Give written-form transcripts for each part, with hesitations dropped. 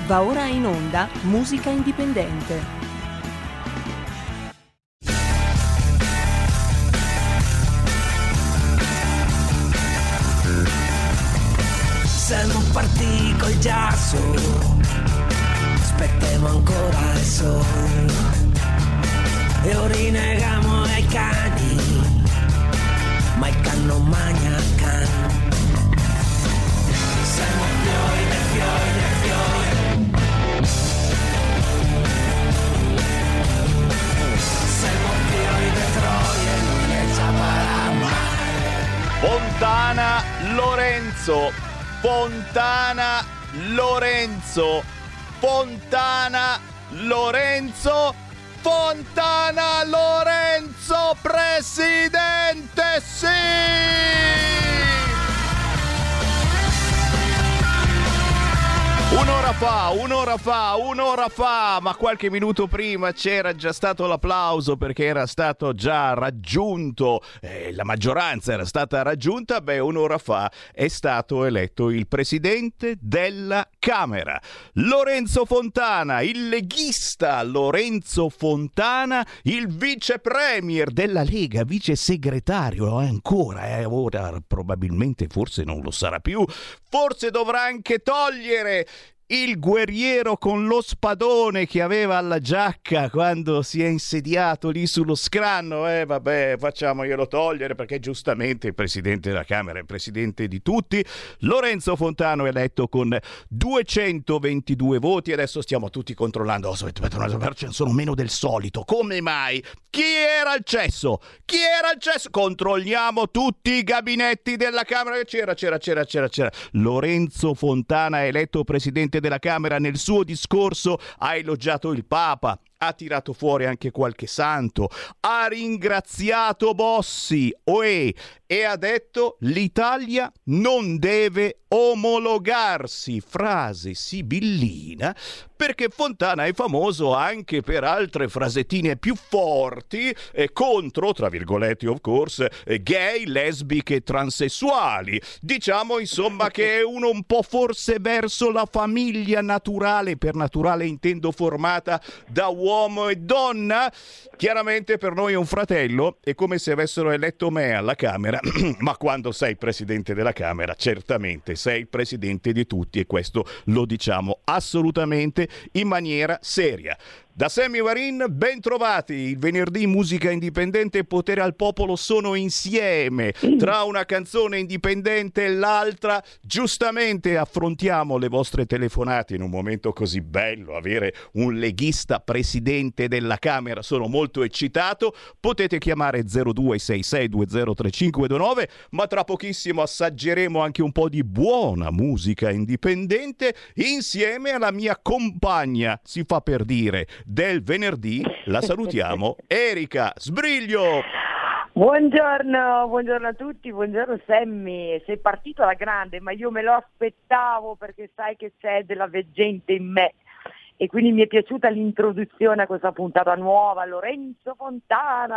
Va ora in onda Musica Indipendente. Siamo partiti col giasso, aspettiamo ancora il sole e orinegamo ai cani, ma il can non magna can. Siamo fiori de fiori de fiori, siamo fiori de troie, lui ne saprà mai. Fontana Lorenzo, Fontana Lorenzo, Fontana Lorenzo, Fontana Lorenzo, presidente, sì! Un'ora fa, ma qualche minuto prima c'era già stato l'applauso perché era stato già raggiunto, la maggioranza era stata raggiunta. Un'ora fa è stato eletto il presidente della Camera, Lorenzo Fontana, il leghista Lorenzo Fontana, il vice premier della Lega, vice segretario ancora, ora probabilmente forse non lo sarà più, forse dovrà anche togliere il guerriero con lo spadone che aveva alla giacca quando si è insediato lì sullo scranno. Facciamoglielo togliere perché giustamente il presidente della Camera è il presidente di tutti. Lorenzo Fontana è eletto con 222 voti. Adesso stiamo tutti controllando, ce ne sono meno del solito. Come mai? Chi era al cesso? Chi era al cesso? Controlliamo tutti i gabinetti della Camera. C'era. Lorenzo Fontana è eletto presidente della Camera. Nel suo discorso ha elogiato il Papa, ha tirato fuori anche qualche santo, ha ringraziato Bossi e ha detto l'Italia non deve omologarsi, frase sibillina, perché Fontana è famoso anche per altre frasettine più forti contro, tra virgolette of course, gay, lesbiche e transessuali. Diciamo insomma che è uno un po' forse verso la famiglia naturale, per naturale intendo formata da uomo e donna. Chiaramente per noi è un fratello, è come se avessero eletto me alla Camera, ma quando sei presidente della Camera certamente sei il presidente di tutti e questo lo diciamo assolutamente in maniera seria. Da Sammy Varin, ben trovati. Il venerdì Musica Indipendente e Potere al Popolo sono insieme. Tra una canzone indipendente e l'altra, giustamente affrontiamo le vostre telefonate in un momento così bello. Avere un leghista presidente della Camera, sono molto eccitato. Potete chiamare 0266203529, ma tra pochissimo assaggeremo anche un po' di buona musica indipendente insieme alla mia compagna, si fa per dire, del venerdì. La salutiamo, Erika Sbriglio. Buongiorno a tutti, buongiorno Sammy. Sei partito alla grande, ma io me lo aspettavo perché sai che c'è della veggente in me e quindi mi è piaciuta l'introduzione a questa puntata nuova. Lorenzo Fontana,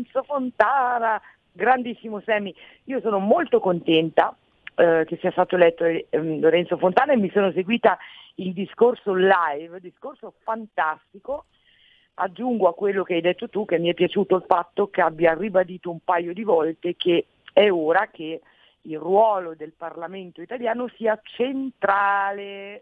grandissimo Sammy. Io sono molto contenta che sia stato eletto Lorenzo Fontana e mi sono seguita il discorso live, discorso fantastico. Aggiungo a quello che hai detto tu che mi è piaciuto il fatto che abbia ribadito un paio di volte che è ora che il ruolo del Parlamento italiano sia centrale.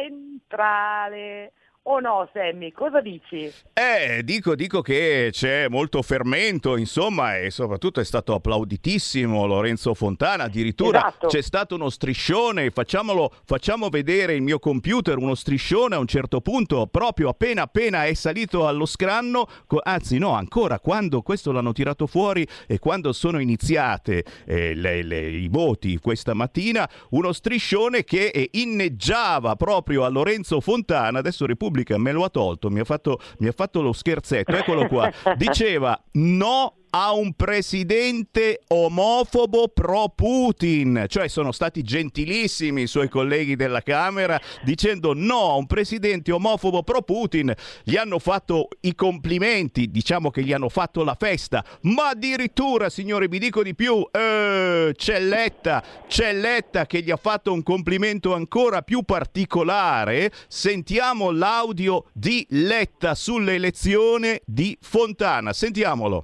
O no, Sammy, cosa dici? Dico che c'è molto fermento, insomma, e soprattutto è stato applauditissimo Lorenzo Fontana. Addirittura esatto. C'è stato uno striscione, facciamo vedere il mio computer, uno striscione a un certo punto, proprio appena è salito allo scranno, anzi no, ancora quando questo l'hanno tirato fuori e quando sono iniziate i voti questa mattina, uno striscione che inneggiava proprio a Lorenzo Fontana. Adesso Repubblica me lo ha tolto, mi ha fatto lo scherzetto, eccolo qua. Diceva no a un presidente omofobo pro Putin, cioè sono stati gentilissimi i suoi colleghi della Camera dicendo no a un presidente omofobo pro Putin, gli hanno fatto i complimenti, diciamo che gli hanno fatto la festa, ma addirittura, signore, vi dico di più, c'è Letta che gli ha fatto un complimento ancora più particolare. Sentiamo l'audio di Letta sull'elezione di Fontana, sentiamolo.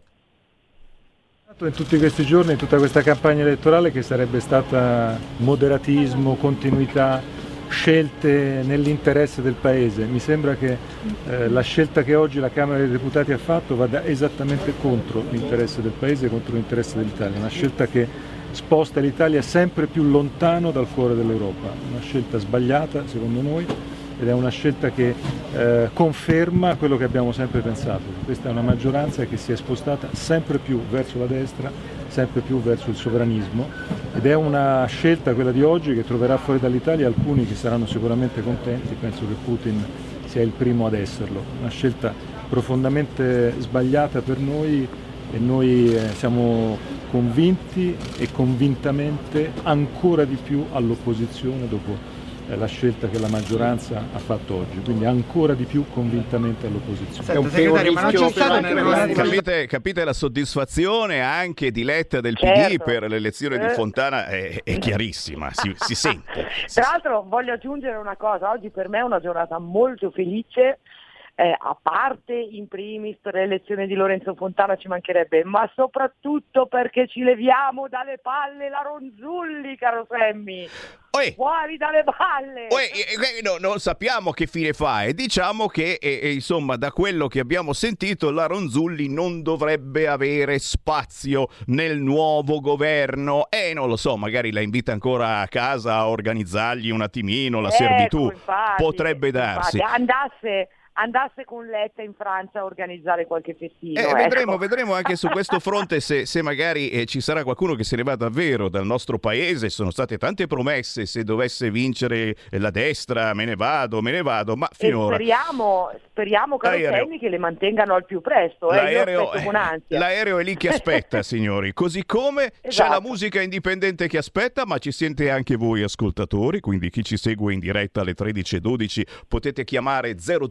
In tutti questi giorni, in tutta questa campagna elettorale, che sarebbe stata moderatismo, continuità, scelte nell'interesse del Paese. Mi sembra che la scelta che oggi la Camera dei Deputati ha fatto vada esattamente contro l'interesse del Paese, contro l'interesse dell'Italia, una scelta che sposta l'Italia sempre più lontano dal cuore dell'Europa, una scelta sbagliata secondo noi, ed è una scelta che conferma quello che abbiamo sempre pensato. Questa è una maggioranza che si è spostata sempre più verso la destra, sempre più verso il sovranismo, ed è una scelta, quella di oggi, che troverà fuori dall'Italia alcuni che saranno sicuramente contenti. Penso che Putin sia il primo ad esserlo. Una scelta profondamente sbagliata per noi, e noi siamo convinti e convintamente ancora di più all'opposizione dopo la scelta che la maggioranza ha fatto oggi, quindi ancora di più convintamente all'opposizione. Senta, segretario, ma non c'è stato Capite la soddisfazione anche di Letta del Certo. PD per l'elezione di Fontana è chiarissima, si sente. Tra l'altro voglio aggiungere una cosa, oggi per me è una giornata molto felice, a parte in primis per l'elezione di Lorenzo Fontana, ci mancherebbe, ma soprattutto perché ci leviamo dalle palle la Ronzulli, caro Sammy. Fuori dalle palle! Non sappiamo che fine fa, e diciamo che insomma, da quello che abbiamo sentito, la Ronzulli non dovrebbe avere spazio nel nuovo governo, non lo so, magari la invita ancora a casa a organizzargli un attimino la servitù, infatti, potrebbe darsi. Andasse con Letta in Francia a organizzare qualche festino. Vedremo anche su questo fronte se magari ci sarà qualcuno che se ne va davvero dal nostro paese. Sono state tante promesse, se dovesse vincere la destra me ne vado, ma finora speriamo caro Sammy, che le mantengano al più presto. Io aspetto con ansia. L'aereo è lì che aspetta, signori, così come c'è la musica indipendente che aspetta, ma ci siete anche voi ascoltatori, quindi chi ci segue in diretta alle 13:12 potete chiamare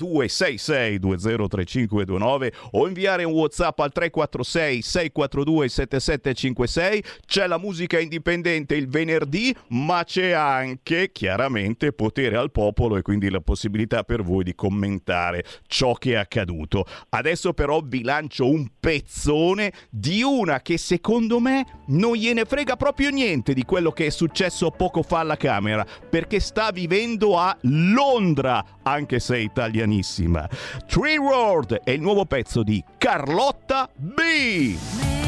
0266203529 o inviare un WhatsApp al 346 642 7756. C'è la musica indipendente il venerdì, ma c'è anche chiaramente potere al popolo, e quindi la possibilità per voi di commentare ciò che è accaduto. Adesso però vi lancio un pezzone di una che secondo me non gliene frega proprio niente di quello che è successo poco fa alla Camera, perché sta vivendo a Londra, anche se è italianissima. Tree World è il nuovo pezzo di Carlotta B.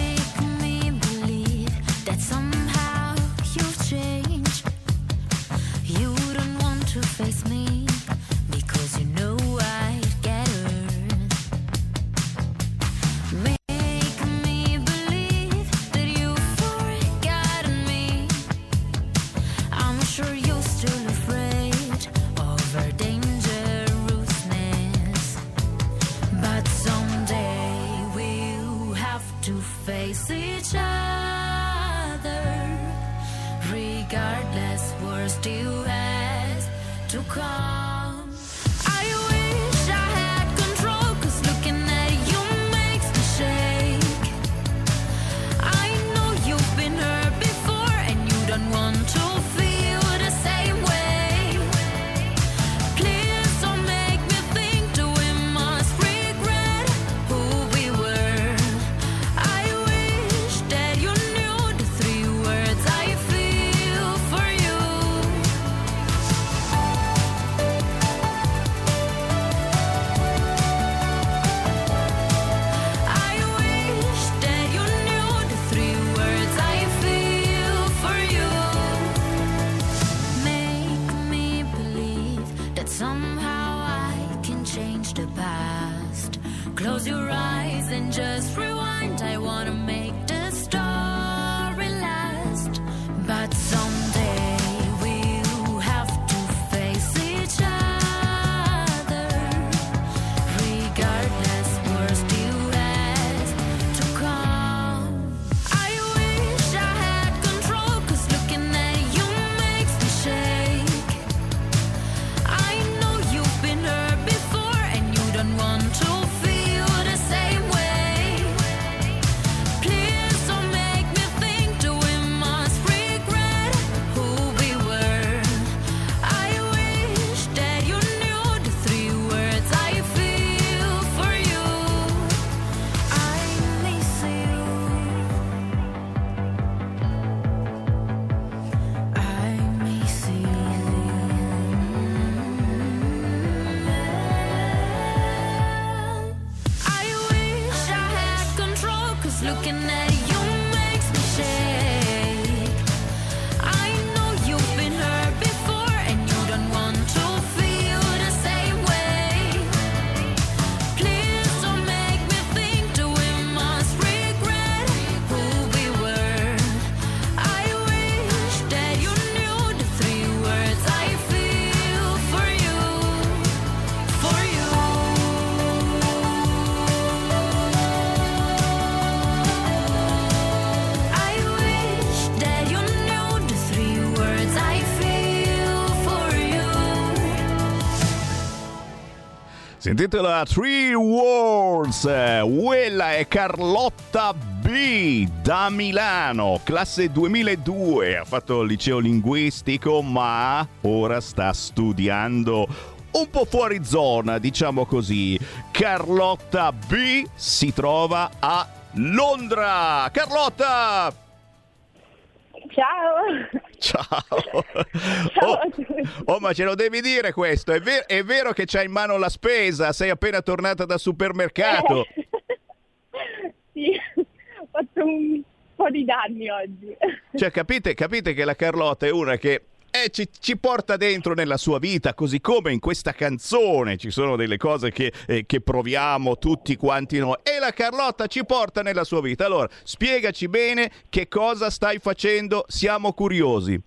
Face each other, regardless, we're still has to come. I wish I had control, 'cause looking at you makes me shake. I know you've been hurt before, and you don't want to feel the same way. Please don't make me think that we must regret who we were. I wish that you knew the 3 words I feel for you. I wish that you knew the 3 words I feel for you. Make me believe that somehow I can change the past. Close your eyes and just rewind. I wanna make the story last, but someday we'll have to face each other. Regardless, we're still has to come. Si intitola Three Words. Quella è Carlotta B da Milano, classe 2002. Ha fatto il liceo linguistico, ma ora sta studiando un po' fuori zona, diciamo così. Carlotta B si trova a Londra. Carlotta! Ciao! Ciao! Ciao a tutti. Ma ce lo devi dire questo, è vero che c'hai in mano la spesa, sei appena tornata dal supermercato. Sì, ho fatto un po' di danni oggi. Cioè, capite che la Carlotta è una che ci porta dentro nella sua vita, così come in questa canzone ci sono delle cose che proviamo tutti quanti noi, e la Carlotta ci porta nella sua vita. Allora, spiegaci bene che cosa stai facendo, siamo curiosi.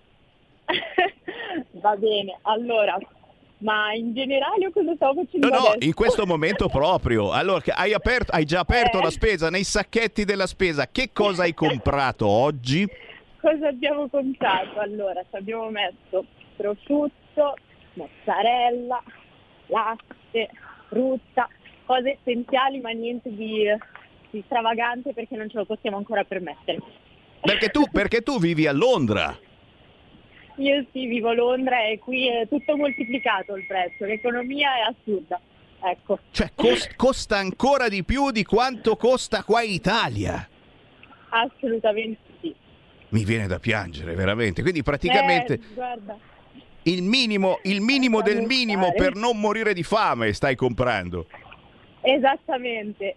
Va bene, allora, ma in generale o cosa stavo facendo No, adesso? in questo momento proprio. Allora, hai già aperto la spesa, nei sacchetti della spesa, che cosa hai comprato oggi? Cosa abbiamo comprato? Allora, ci abbiamo messo prosciutto, mozzarella, latte, frutta, cose essenziali ma niente di stravagante perché non ce lo possiamo ancora permettere. Perché tu vivi a Londra. Io sì, vivo a Londra e qui è tutto moltiplicato il prezzo, l'economia è assurda, ecco. Cioè, costa ancora di più di quanto costa qua in Italia. Assolutamente sì. Mi viene da piangere, veramente. Quindi praticamente Guarda, il minimo del minimo per non morire di fame stai comprando. esattamente.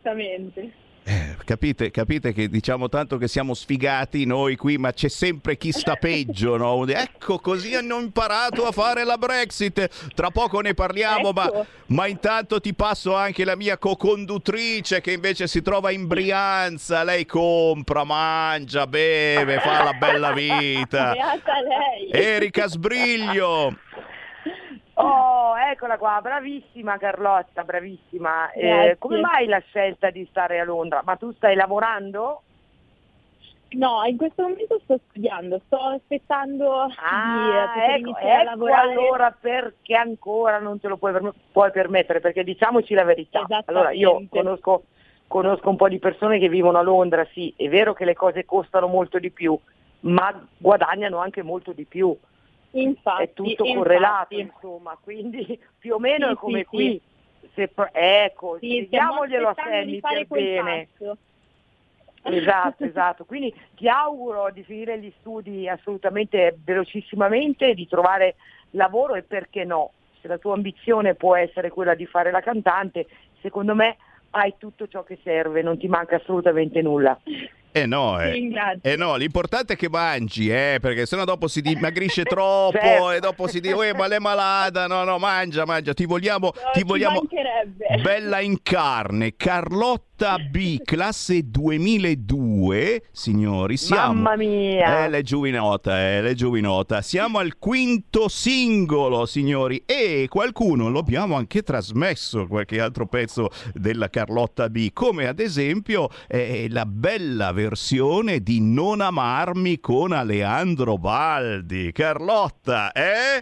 Capite che diciamo tanto che siamo sfigati noi qui, ma c'è sempre chi sta peggio, no? Ecco, così hanno imparato a fare la Brexit. Tra poco ne parliamo, Ecco. ma intanto ti passo anche la mia co-conduttrice che invece si trova in Brianza. Lei compra, mangia, beve, fa la bella vita. Beata lei. Erika Sbriglio. Oh, eccola qua, bravissima Carlotta, bravissima. Grazie. Come mai la scelta di stare a Londra? Ma tu stai lavorando? No, in questo momento sto studiando, sto aspettando di poter ecco iniziare a lavorare. allora perché ancora non te lo puoi permettere, perché diciamoci la verità. Esattamente. Allora, io conosco un po' di persone che vivono a Londra, sì, è vero che le cose costano molto di più, ma guadagnano anche molto di più. Infatti, È tutto correlato, infatti. insomma, quindi più o meno Sì, è come sì, qui. Ecco, Sì, stiamo spieghiamoglielo a aspettando di Sammy fare per quel bene. passo. Esatto. Quindi ti auguro di finire gli studi assolutamente velocissimamente, di trovare lavoro e perché no, se la tua ambizione può essere quella di fare la cantante, secondo me hai tutto ciò che serve, non ti manca assolutamente nulla. No, Ti ringrazio. no, l'importante è che mangi, perché sennò dopo si dimagrisce troppo Certo. e dopo si dice, ma l'è malata, no, mangia, ti vogliamo Ci mancherebbe. bella in carne. Carlotta B, classe 2002, signori, siamo... Mamma mia! Lei è giuvinota, siamo al quinto singolo, signori, e qualcuno lo abbiamo anche trasmesso, qualche altro pezzo della Carlotta B, come ad esempio la bella versione di Non amarmi con Aleandro Baldi. Carlotta,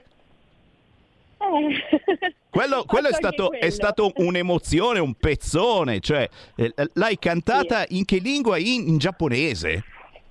Quello è stato un'emozione, un pezzone, cioè l'hai cantata in che lingua? In giapponese?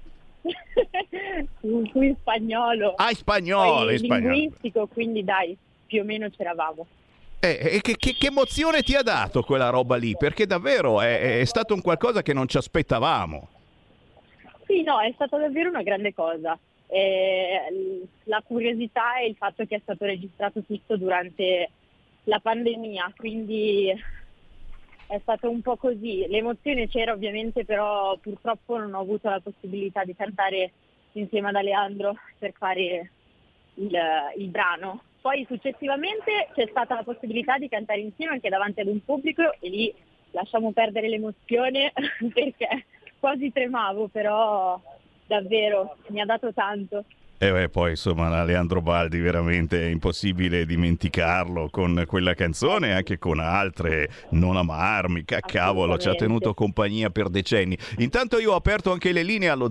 In spagnolo. Ah, in spagnolo, Poi in spagnolo. linguistico, quindi dai, più o meno c'eravamo. E che emozione ti ha dato quella roba lì? Perché davvero è stato un qualcosa che non ci aspettavamo. Sì, no, è stata davvero una grande cosa. La curiosità e il fatto che è stato registrato tutto durante la pandemia, quindi è stato un po' così. L'emozione c'era ovviamente, però purtroppo non ho avuto la possibilità di cantare insieme ad Aleandro per fare il brano. Poi successivamente c'è stata la possibilità di cantare insieme anche davanti ad un pubblico e lì lasciamo perdere l'emozione perché quasi tremavo, però davvero mi ha dato tanto. Poi insomma Leandro Baldi veramente è impossibile dimenticarlo con quella canzone e anche con altre, Non amarmi, cavolo, ci ha tenuto compagnia per decenni. Intanto io ho aperto anche le linee allo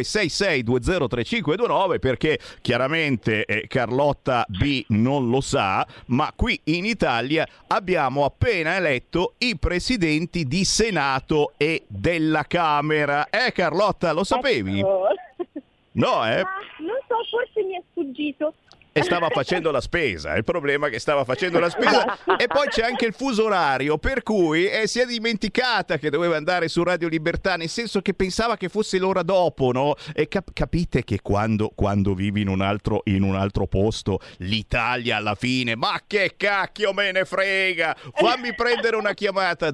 0266203529 perché chiaramente Carlotta B non lo sa, ma qui in Italia abbiamo appena eletto i presidenti di Senato e della Camera. Carlotta, lo sapevi? No, non so, forse mi è sfuggito. E stava facendo la spesa, il problema è che stava facendo la spesa e poi c'è anche il fuso orario, per cui si è dimenticata che doveva andare su Radio Libertà, nel senso che pensava che fosse l'ora dopo, no? E capite che quando vivi in un altro posto, l'Italia alla fine, ma che cacchio me ne frega, fammi prendere una chiamata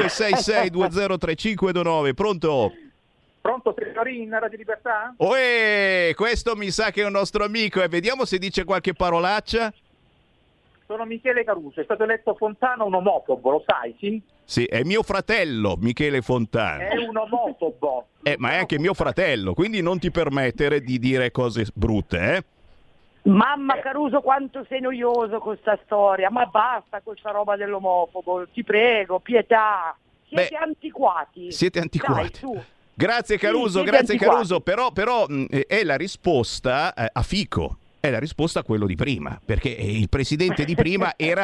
0266203529, pronto? Pronto, Pecorin, Radio Libertà? Questo mi sa che è un nostro amico, e vediamo se dice qualche parolaccia. Sono Michele Caruso, è stato eletto Fontana un omofobo, lo sai, sì? Sì, è mio fratello Michele Fontana. È un omofobo. Ma è anche mio fratello, quindi non ti permettere di dire cose brutte, eh? Mamma Caruso, quanto sei noioso con sta storia, ma basta con sta roba dell'omofobo, ti prego, pietà. Siete antiquati. Siete antiquati. Dai, su. Grazie Caruso, sì, grazie Caruso, però è la risposta a Fico, è la risposta a quello di prima, perché il presidente di prima era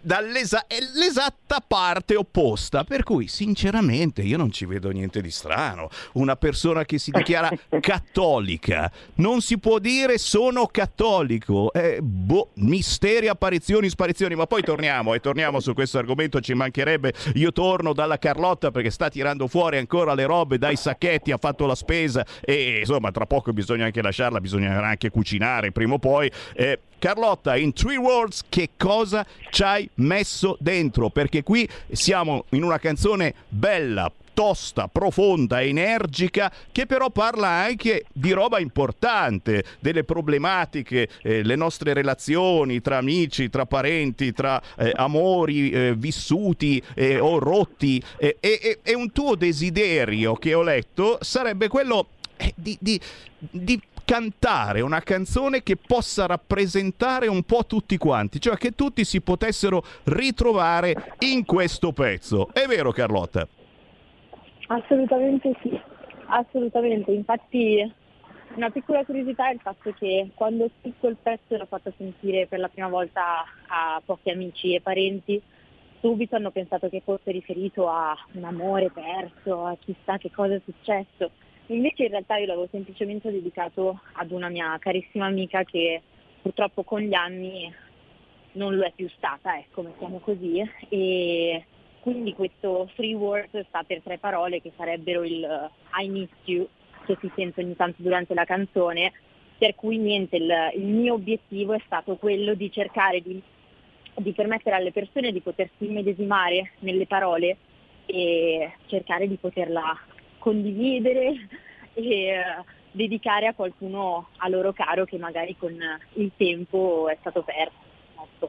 dall'esatta parte opposta, per cui sinceramente io non ci vedo niente di strano. Una persona che si dichiara cattolica, non si può dire sono cattolico, misteri, apparizioni, sparizioni, ma poi torniamo su questo argomento, ci mancherebbe. Io torno dalla Carlotta perché sta tirando fuori ancora le robe dai sacchetti, ha fatto la spesa e insomma tra poco bisogna anche lasciarla, bisognerà anche cucinare prima o poi. Carlotta, in 3 words, che cosa ci hai messo dentro? Perché qui siamo in una canzone bella, tosta, profonda, energica, che però parla anche di roba importante, delle problematiche, le nostre relazioni tra amici, tra parenti, tra amori vissuti o rotti. E un tuo desiderio che ho letto sarebbe quello di cantare una canzone che possa rappresentare un po' tutti quanti, cioè che tutti si potessero ritrovare in questo pezzo. È vero, Carlotta? Assolutamente sì, assolutamente. Infatti una piccola curiosità è il fatto che quando ho scritto il pezzo e l'ho fatto sentire per la prima volta a pochi amici e parenti, subito hanno pensato che fosse riferito a un amore perso, a chissà che cosa è successo. Invece in realtà io l'avevo semplicemente dedicato ad una mia carissima amica che purtroppo con gli anni non lo è più stata, ecco, mettiamo così, e quindi questo 3 words sta per 3 parole che sarebbero il I miss you, che si sente ogni tanto durante la canzone, per cui niente, il mio obiettivo è stato quello di cercare di permettere alle persone di potersi immedesimare nelle parole e cercare di poterla condividere e dedicare a qualcuno a loro caro che magari con il tempo è stato perso. Ecco.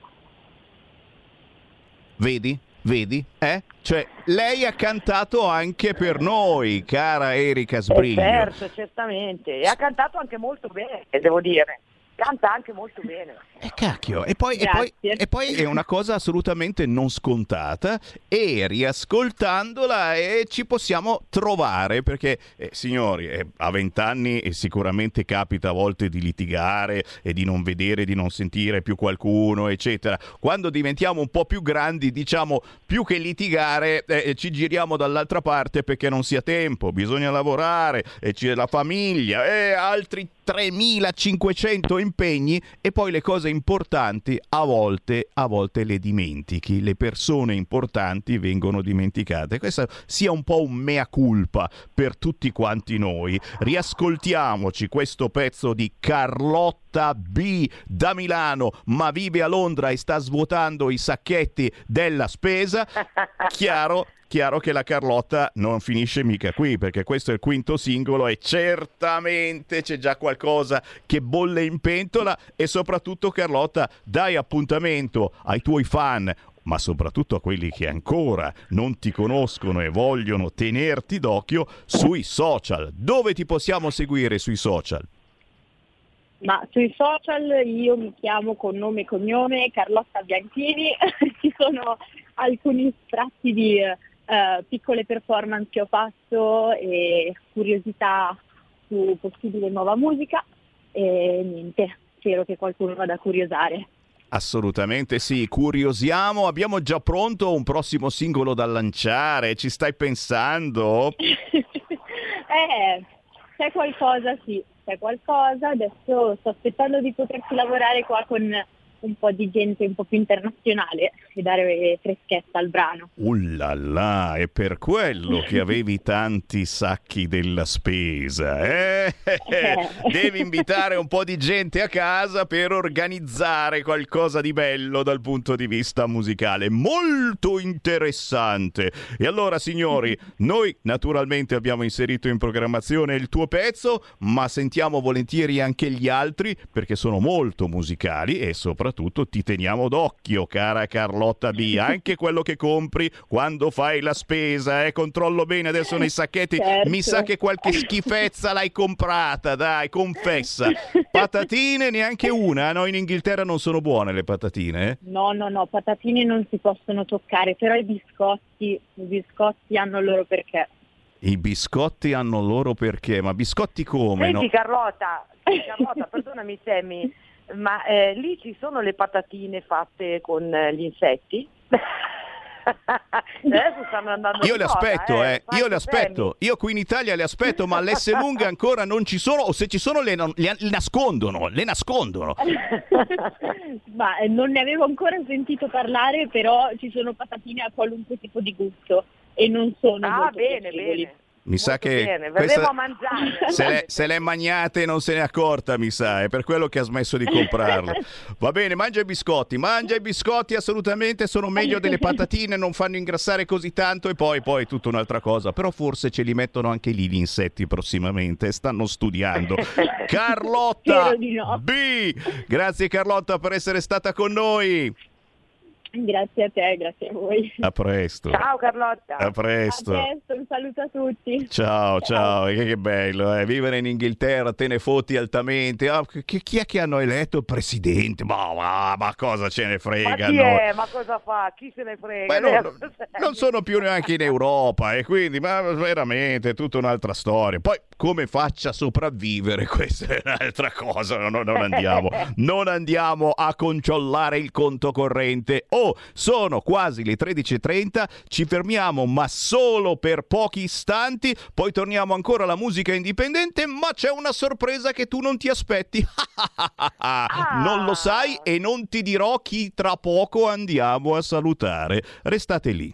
Vedi? Cioè, lei ha cantato anche per noi, cara Erika Sbriglio. Certo, certamente. E ha cantato anche molto bene, devo dire. Canta anche molto bene. Cacchio, e poi è una cosa assolutamente non scontata, e riascoltandola ci possiamo trovare, perché signori, a 20 anni sicuramente capita a volte di litigare e di non vedere, di non sentire più qualcuno, eccetera. Quando diventiamo un po' più grandi, diciamo, più che litigare ci giriamo dall'altra parte perché non si ha tempo, bisogna lavorare, c'è la famiglia e altri 3.500 impegni, e poi le cose importanti a volte le dimentichi, le persone importanti vengono dimenticate. Questo sia un po' un mea culpa per tutti quanti noi. Riascoltiamoci questo pezzo di Carlotta B da Milano, ma vive a Londra e sta svuotando i sacchetti della spesa. Chiaro che la Carlotta non finisce mica qui, perché questo è il 5° singolo e certamente c'è già qualcosa che bolle in pentola, e soprattutto, Carlotta, dai appuntamento ai tuoi fan, ma soprattutto a quelli che ancora non ti conoscono e vogliono tenerti d'occhio, sui social. Dove ti possiamo seguire sui social? Ma sui social io mi chiamo con nome e cognome Carlotta Bianchini, ci sono alcuni tratti di piccole performance che ho fatto e curiosità su possibile nuova musica e niente, spero che qualcuno vada a curiosare. Assolutamente sì, curiosiamo, abbiamo già pronto un prossimo singolo da lanciare, ci stai pensando? C'è qualcosa, sì, c'è qualcosa, adesso sto aspettando di poterci lavorare qua con un po' di gente un po' più internazionale e dare freschezza al brano. Là, è per quello che avevi tanti sacchi della spesa, eh? Devi invitare un po' di gente a casa per organizzare qualcosa di bello dal punto di vista musicale, molto interessante. E allora, signori, noi naturalmente abbiamo inserito in programmazione il tuo pezzo, ma sentiamo volentieri anche gli altri perché sono molto musicali e soprattutto ti teniamo d'occhio, cara Carlotta B, anche quello che compri quando fai la spesa, controllo bene adesso nei sacchetti, certo. Mi sa che qualche schifezza l'hai comprata, dai, confessa. Patatine neanche una, no, in Inghilterra non sono buone le patatine, eh? No, patatine non si possono toccare, però i biscotti hanno il loro perché. I biscotti hanno loro perché, ma biscotti come? Senti No? Carlotta, perdonami Sammy, ma lì ci sono le patatine fatte con gli insetti? Adesso stanno andando Io di le moda, aspetto, io le aspetto. Io qui in Italia le aspetto, ma all'S lunga ancora non ci sono, o se ci sono le nascondono. Ma non ne avevo ancora sentito parlare, però ci sono patatine a qualunque tipo di gusto e non sono molto piacevoli. Bene. Mi sa Molto che bene, questa verremo a mangiare. se l'è magnate e non se n'è accorta, mi sa, è per quello che ha smesso di comprarle. Va bene, mangia i biscotti assolutamente, sono meglio delle patatine, non fanno ingrassare così tanto e poi è tutta un'altra cosa, però forse ce li mettono anche lì gli insetti prossimamente, stanno studiando. Carlotta Spero di no. B, grazie Carlotta per essere stata con noi. Grazie a te, grazie a voi. A presto. Ciao Carlotta. A presto. A presto, un saluto a tutti. Ciao, che bello, vivere in Inghilterra, te ne fotti altamente. Chi è che hanno eletto il presidente? Ma cosa ce ne frega? Ma chi è? Ma cosa fa? Chi se ne frega? Non sono più neanche in Europa e quindi, ma veramente, è tutta un'altra storia. Poi come faccia a sopravvivere, questa è un'altra cosa. Non andiamo a conciollare il conto corrente. Sono quasi le 13:30, ci fermiamo ma solo per pochi istanti, poi torniamo ancora alla musica indipendente, ma c'è una sorpresa che tu non ti aspetti. Non lo sai e non ti dirò chi tra poco andiamo a salutare. Restate lì.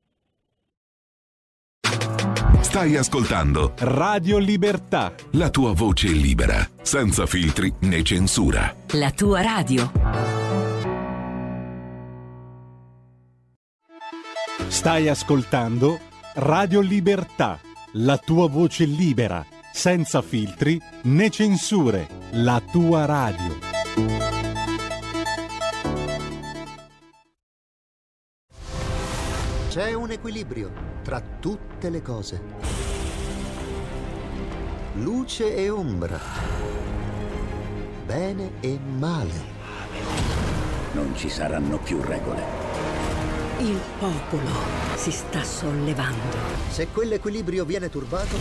Stai ascoltando Radio Libertà, la tua voce libera, senza filtri né censura. La tua radio. Stai ascoltando Radio Libertà, la tua voce libera, senza filtri né censure, la tua radio. C'è un equilibrio tra tutte le cose. Luce e ombra. Bene e male. Non ci saranno più regole. Il popolo si sta sollevando. Se quell'equilibrio viene turbato,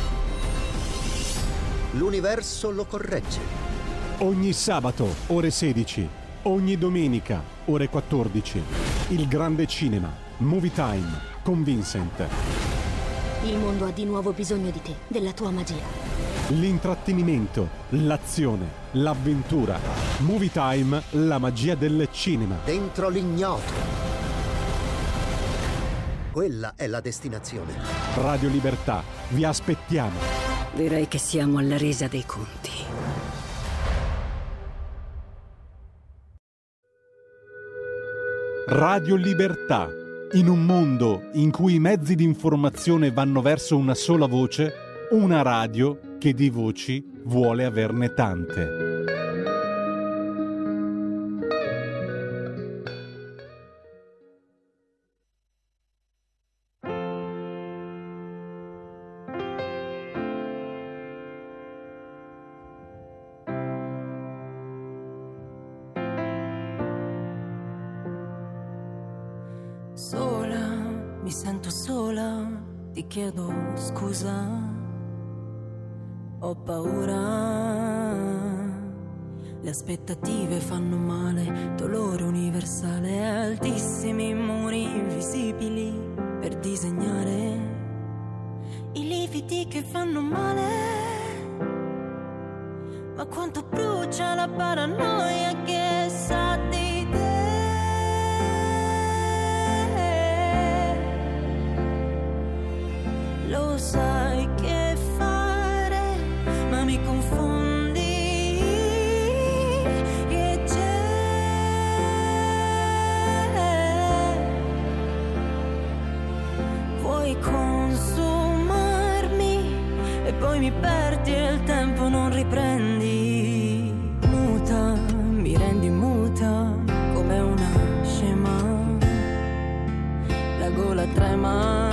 l'universo lo corregge. Ogni sabato, ore 16. Ogni domenica, ore 14. Il grande cinema, Movie Time, con Vincent. Il mondo ha di nuovo bisogno di te, della tua magia. L'intrattenimento, l'azione, l'avventura. Movie Time, la magia del cinema. Dentro l'ignoto. Quella è la destinazione. Radio Libertà, vi aspettiamo. Direi che siamo alla resa dei conti. Radio Libertà. In un mondo in cui i mezzi di informazione vanno verso una sola voce, una radio che di voci vuole averne tante. mi sento sola, ti chiedo scusa. Ho paura, le aspettative fanno male, dolore universale, altissimi muri invisibili per disegnare i lividi che fanno male. Ma quanto brucia la paranoia che sa di te. Lo sai che fare, ma mi confondi. Che c'è? Vuoi consumarmi e poi mi perdi e il tempo non riprendi. Muta, mi rendi muta come una scema. La gola trema.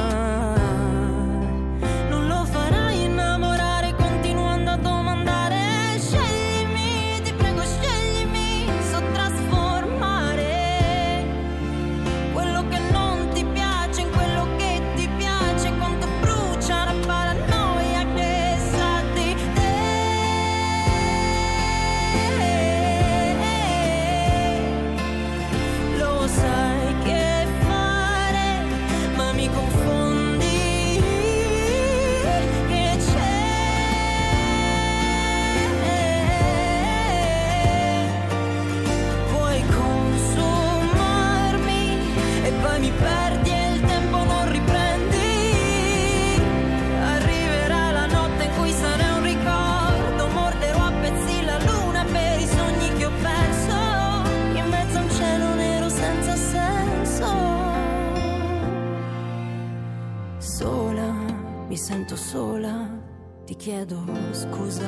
Mi sento sola, ti chiedo scusa,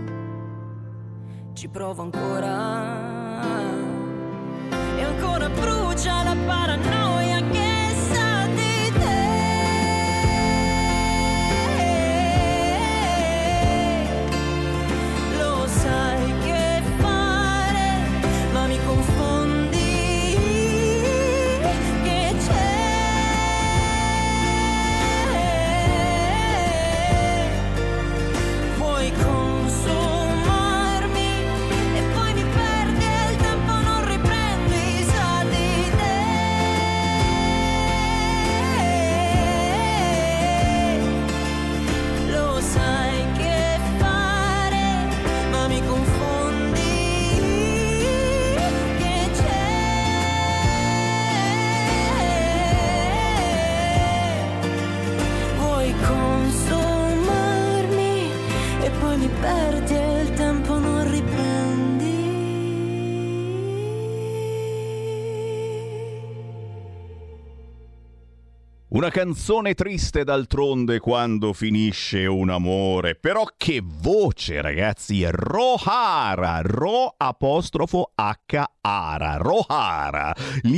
ci provo ancora e ancora brucia la paranoia che sa di te. Lo sai che fare, ma mi confondi. Che c'è? Perdi e il tempo non riprendi. Una canzone triste d'altronde quando finisce un amore. Però che voce, ragazzi! Rohara, Ro apostrofo H-ara, Rohara.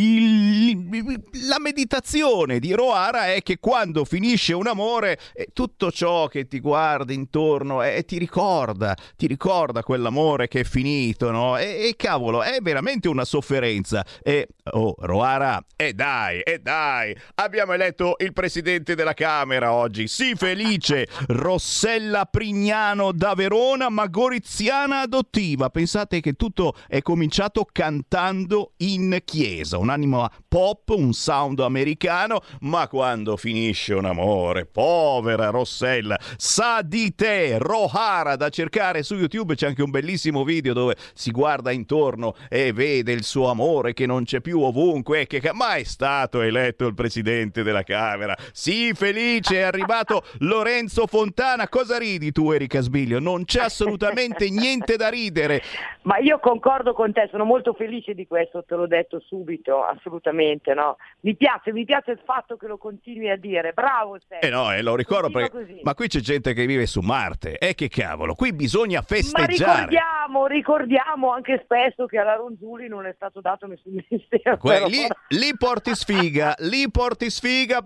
La meditazione di Rohara è che quando finisce un amore tutto ciò che ti guarda intorno ti ricorda quell'amore che è finito, no? E cavolo, è veramente una sofferenza. Rohara, dai, abbiamo eletto il presidente della Camera oggi, sì, felice, Rossella Prignano da Verona, ma goriziana adottiva. Pensate che tutto è cominciato cantando in chiesa, un'anima pop, un sound americano, ma quando finisce un amore, povera Rossella, sa di te. Rohara, da cercare su YouTube, c'è anche un bellissimo video dove si guarda intorno e vede il suo amore che non c'è più ovunque, che mai è stato eletto il presidente della Camera. Sì, felice, è arrivato Lorenzo Fontana. Cosa ridi tu, Erika Sbiglio? Non c'è assolutamente niente da ridere. Ma io concordo con te, sono molto felice di questo, te l'ho detto subito, assolutamente, no? Mi piace il fatto che lo continui a dire, bravo sei. Lo ricordo perché, ma qui c'è gente che vive su Marte, che cavolo, qui bisogna festeggiare. Ma ricordiamo anche spesso che alla Ronzulli non è stato dato nessun ministero. Lì porti sfiga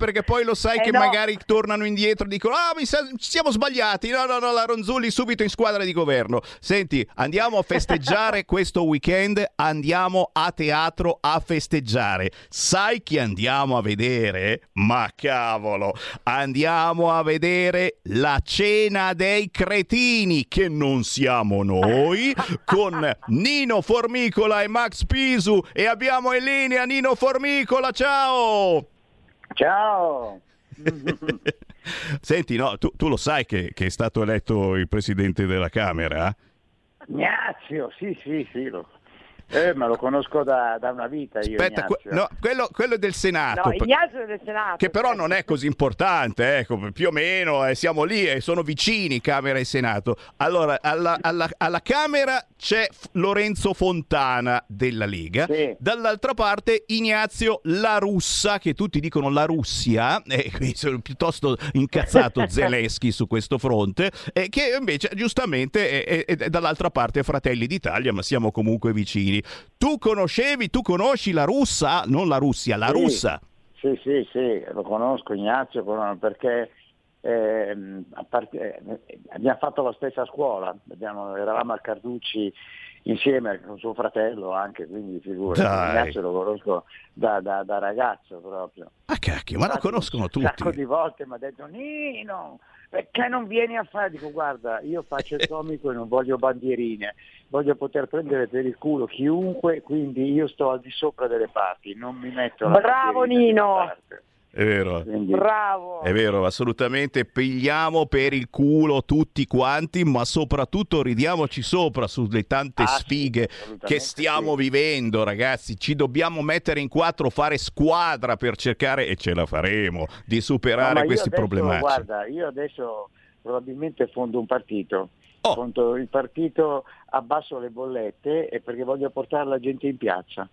perché poi lo sai che no. magari tornano indietro e dicono ci siamo sbagliati. No, la Ronzulli subito in squadra di governo. Senti, andiamo a festeggiare questo weekend, andiamo a teatro a festeggiare. Sai chi andiamo a vedere? Ma cavolo, andiamo a vedere La Cena dei Cretini, che non siamo noi, con Nino Formicola e Max Pisu, e abbiamo in linea Nino Formicola. Ciao! Ciao! Senti, no, tu lo sai che è stato eletto il presidente della Camera? Ignazio, sì, ma lo conosco da una vita io. Aspetta, quello è del Senato. No, Ignazio è del Senato. Che però non è così importante, ecco, più o meno siamo lì e sono vicini Camera e Senato. Allora, alla Camera c'è Lorenzo Fontana della Lega, sì. Dall'altra parte Ignazio La Russa, che tutti dicono la Russia, e quindi sono piuttosto incazzato Zelensky su questo fronte, che invece giustamente è dall'altra parte Fratelli d'Italia, ma siamo comunque vicini. Tu conosci la Russa? Non la Russia, la Russa. Sì, lo conosco Ignazio, perché abbiamo fatto la stessa scuola, eravamo al Carducci insieme con suo fratello anche, quindi figurati, Ignazio lo conosco da ragazzo proprio. Ah cacchio, ma lo conoscono tutti. Un sacco di volte mi ha detto Nino, perché non vieni a fare? Dico guarda, io faccio il comico e non voglio bandierine, voglio poter prendere per il culo chiunque, quindi io sto al di sopra delle parti, non mi metto alla Bravo Nino! È vero. Quindi, bravo. È vero, assolutamente, pigliamo per il culo tutti quanti, ma soprattutto ridiamoci sopra sulle tante sfighe che stiamo vivendo, ragazzi. Ci dobbiamo mettere in quattro, fare squadra per cercare, e ce la faremo, di superare questi problematici. Guarda, io adesso probabilmente fondo un partito. Fondo il partito, abbasso le bollette e perché voglio portare la gente in piazza.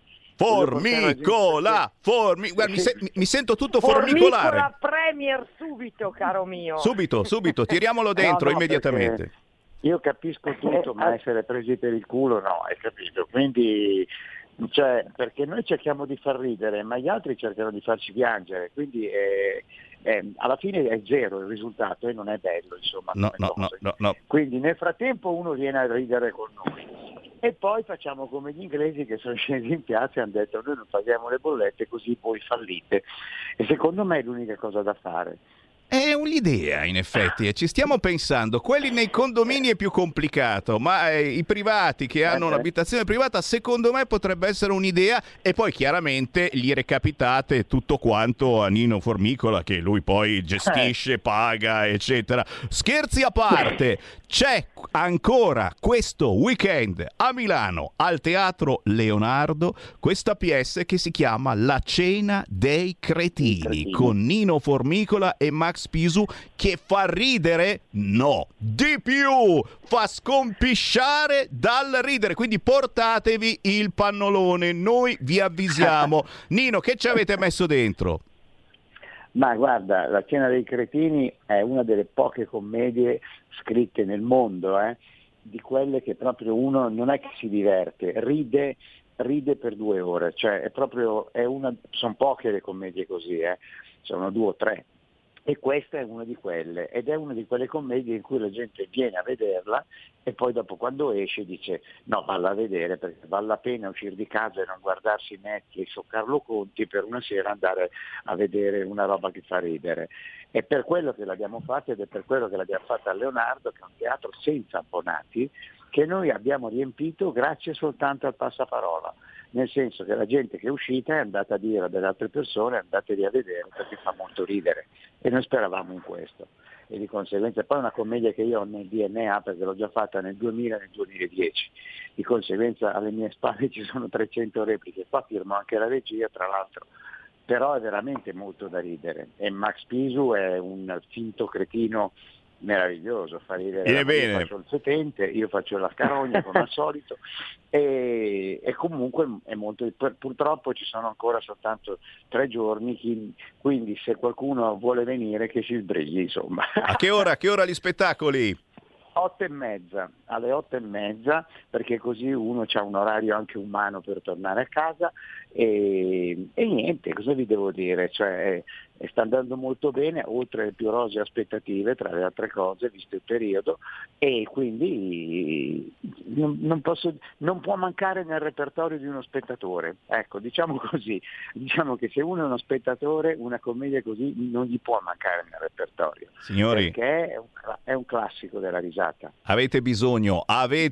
Formicola! Guarda, mi sento tutto formicolare. Formicola Premier subito, caro mio. Subito, tiriamolo dentro immediatamente. Io capisco tutto, ma essere presi per il culo no, hai capito? Quindi, perché noi cerchiamo di far ridere, ma gli altri cercano di farci piangere, quindi alla fine è zero il risultato e non è bello, insomma. No. Quindi nel frattempo uno viene a ridere con noi. E poi facciamo come gli inglesi che sono scesi in piazza e hanno detto noi non paghiamo le bollette così voi fallite. E secondo me è l'unica cosa da fare. È un'idea, in effetti, e ci stiamo pensando. Quelli nei condomini è più complicato, ma i privati che hanno un'abitazione privata, secondo me potrebbe essere un'idea, e poi chiaramente gli recapitate tutto quanto a Nino Formicola, che lui poi gestisce, paga, eccetera. Scherzi a parte, c'è ancora questo weekend a Milano, al Teatro Leonardo, questa pièce che si chiama La Cena dei Cretini, con Nino Formicola e Max Pisu, che fa ridere? No, di più, fa scompisciare dal ridere, quindi portatevi il pannolone, noi vi avvisiamo. Nino, che ci avete messo dentro? Ma guarda, La Cena dei Cretini è una delle poche commedie scritte nel mondo, di quelle che proprio uno non è che si diverte, ride per 2 ore, sono poche le commedie così, sono 2 o 3. E questa è una di quelle, ed è una di quelle commedie in cui la gente viene a vederla e poi dopo quando esce dice no, valla a vedere perché vale la pena uscire di casa e non guardarsi Netflix o Carlo Conti per una sera andare a vedere una roba che fa ridere. È per quello che l'abbiamo fatta ed è per quello che l'abbiamo fatta a Leonardo, che è un teatro senza abbonati, che noi abbiamo riempito grazie soltanto al passaparola. Nel senso che la gente che è uscita è andata a dire a delle altre persone andatevi a vedere perché fa molto ridere, e noi speravamo in questo, e di conseguenza poi è una commedia che io ho nel DNA perché l'ho già fatta nel 2000 e nel 2010, di conseguenza alle mie spalle ci sono 300 repliche, qua firmo anche la regia tra l'altro, però è veramente molto da ridere, e Max Pisu è un finto cretino meraviglioso, fa ridere. Io faccio il fetente, io faccio la carogna come al solito, e comunque è molto, purtroppo ci sono ancora soltanto 3 giorni, quindi se qualcuno vuole venire che si sbrigli, insomma. A che ora gli spettacoli? 8:30, alle 8:30, perché così uno ha un orario anche umano per tornare a casa, e niente, cosa vi devo dire? e sta andando molto bene, oltre le più rosee aspettative, tra le altre cose, visto il periodo, e quindi non può mancare nel repertorio di uno spettatore. Ecco, diciamo così, diciamo che se uno è uno spettatore, una commedia così non gli può mancare nel repertorio. Signori, perché è un classico della risata. avete bisogno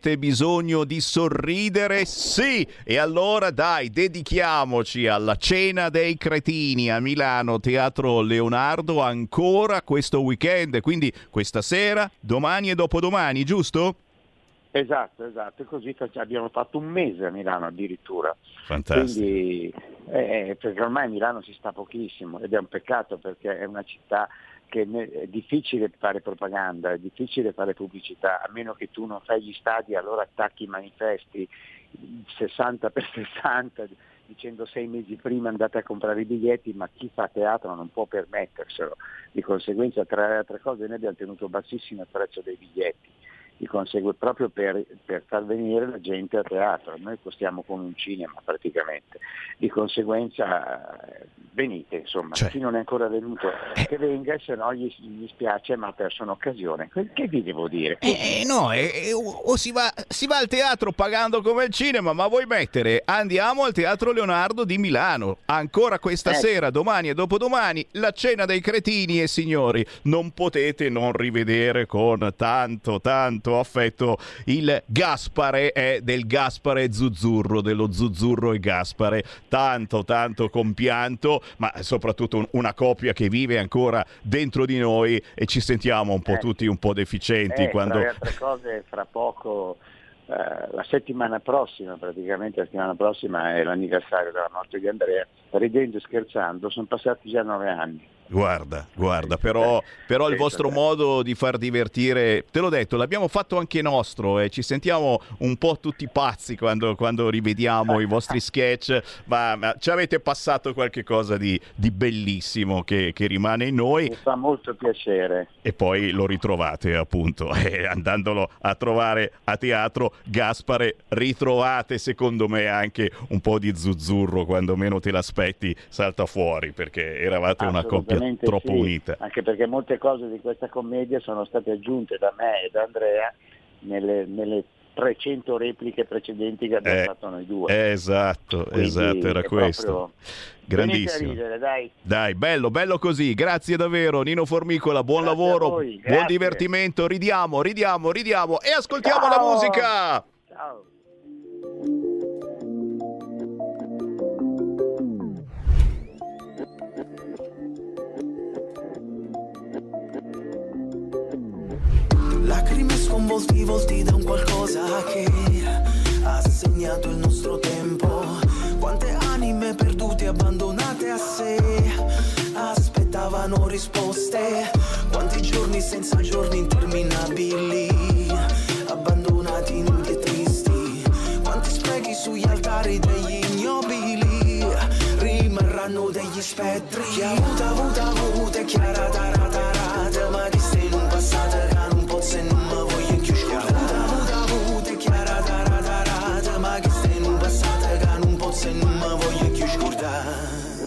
di sorridere? Sì! E allora dai, dedichiamoci alla Cena dei Cretini a Milano, Teatro Leonardo, ancora questo weekend, quindi questa sera, domani e dopodomani, giusto? Esatto, e così abbiamo fatto un mese a Milano addirittura. Fantastico. Quindi, perché ormai Milano si sta pochissimo ed è un peccato, perché è una città che è difficile fare propaganda, è difficile fare pubblicità, a meno che tu non fai gli stadi, allora attacchi i manifesti 60 per 60 dicendo 6 mesi prima andate a comprare i biglietti, ma chi fa teatro non può permetterselo, di conseguenza tra le altre cose noi abbiamo tenuto bassissimo il prezzo dei biglietti, proprio per far venire la gente a teatro. Noi costiamo come un cinema praticamente, di conseguenza venite, insomma, chi non è ancora venuto che venga, se no gli spiace, ma ha perso un'occasione. Che vi devo dire? O si va al teatro pagando come il cinema, ma vuoi mettere andiamo al Teatro Leonardo di Milano, ancora questa sera, domani e dopodomani, la Cena dei Cretini, e signori, non potete non rivedere con tanto affetto il Gaspare, del Gaspare Zuzzurro, dello Zuzzurro e Gaspare, tanto compianto, ma soprattutto una coppia che vive ancora dentro di noi e ci sentiamo un po' tutti un po' deficienti quando... Tra le altre cose, fra poco, la settimana prossima è l'anniversario della morte di Andrea, ridendo e scherzando, sono passati già 9 anni. Guarda, però il vostro modo di far divertire, te l'ho detto, l'abbiamo fatto anche nostro e ci sentiamo un po' tutti pazzi quando rivediamo i vostri sketch, ma ci avete passato qualche cosa di bellissimo che rimane in noi. Mi fa molto piacere. E poi lo ritrovate appunto, andandolo a trovare a teatro, Gaspare, ritrovate secondo me anche un po' di Zuzzurro, quando meno te l'aspetti salta fuori, perché eravate una coppia troppo unita. Anche perché molte cose di questa commedia sono state aggiunte da me e da Andrea nelle 300 repliche precedenti che abbiamo fatto noi due. Esatto, era questo. Grandissimo. Ridere, dai, bello così. Grazie davvero Nino Formicola, buon lavoro, buon divertimento, ridiamo e ascoltiamo la musica. Ciao. Lacrime sconvolti volti da un qualcosa che ha segnato il nostro tempo. Quante anime perdute abbandonate a sé aspettavano risposte. Quanti giorni senza giorni interminabili abbandonati nudi e tristi. Quanti sprechi sugli altari degli ignobili rimarranno degli spettri. Chi ha avuto e chi ha rata, ma chi sta in un passato che non pozze non mi voglio più scordare. Avuta e chi ha rata, ma chi sta in un passato che non pozze non mi voglio più scordare.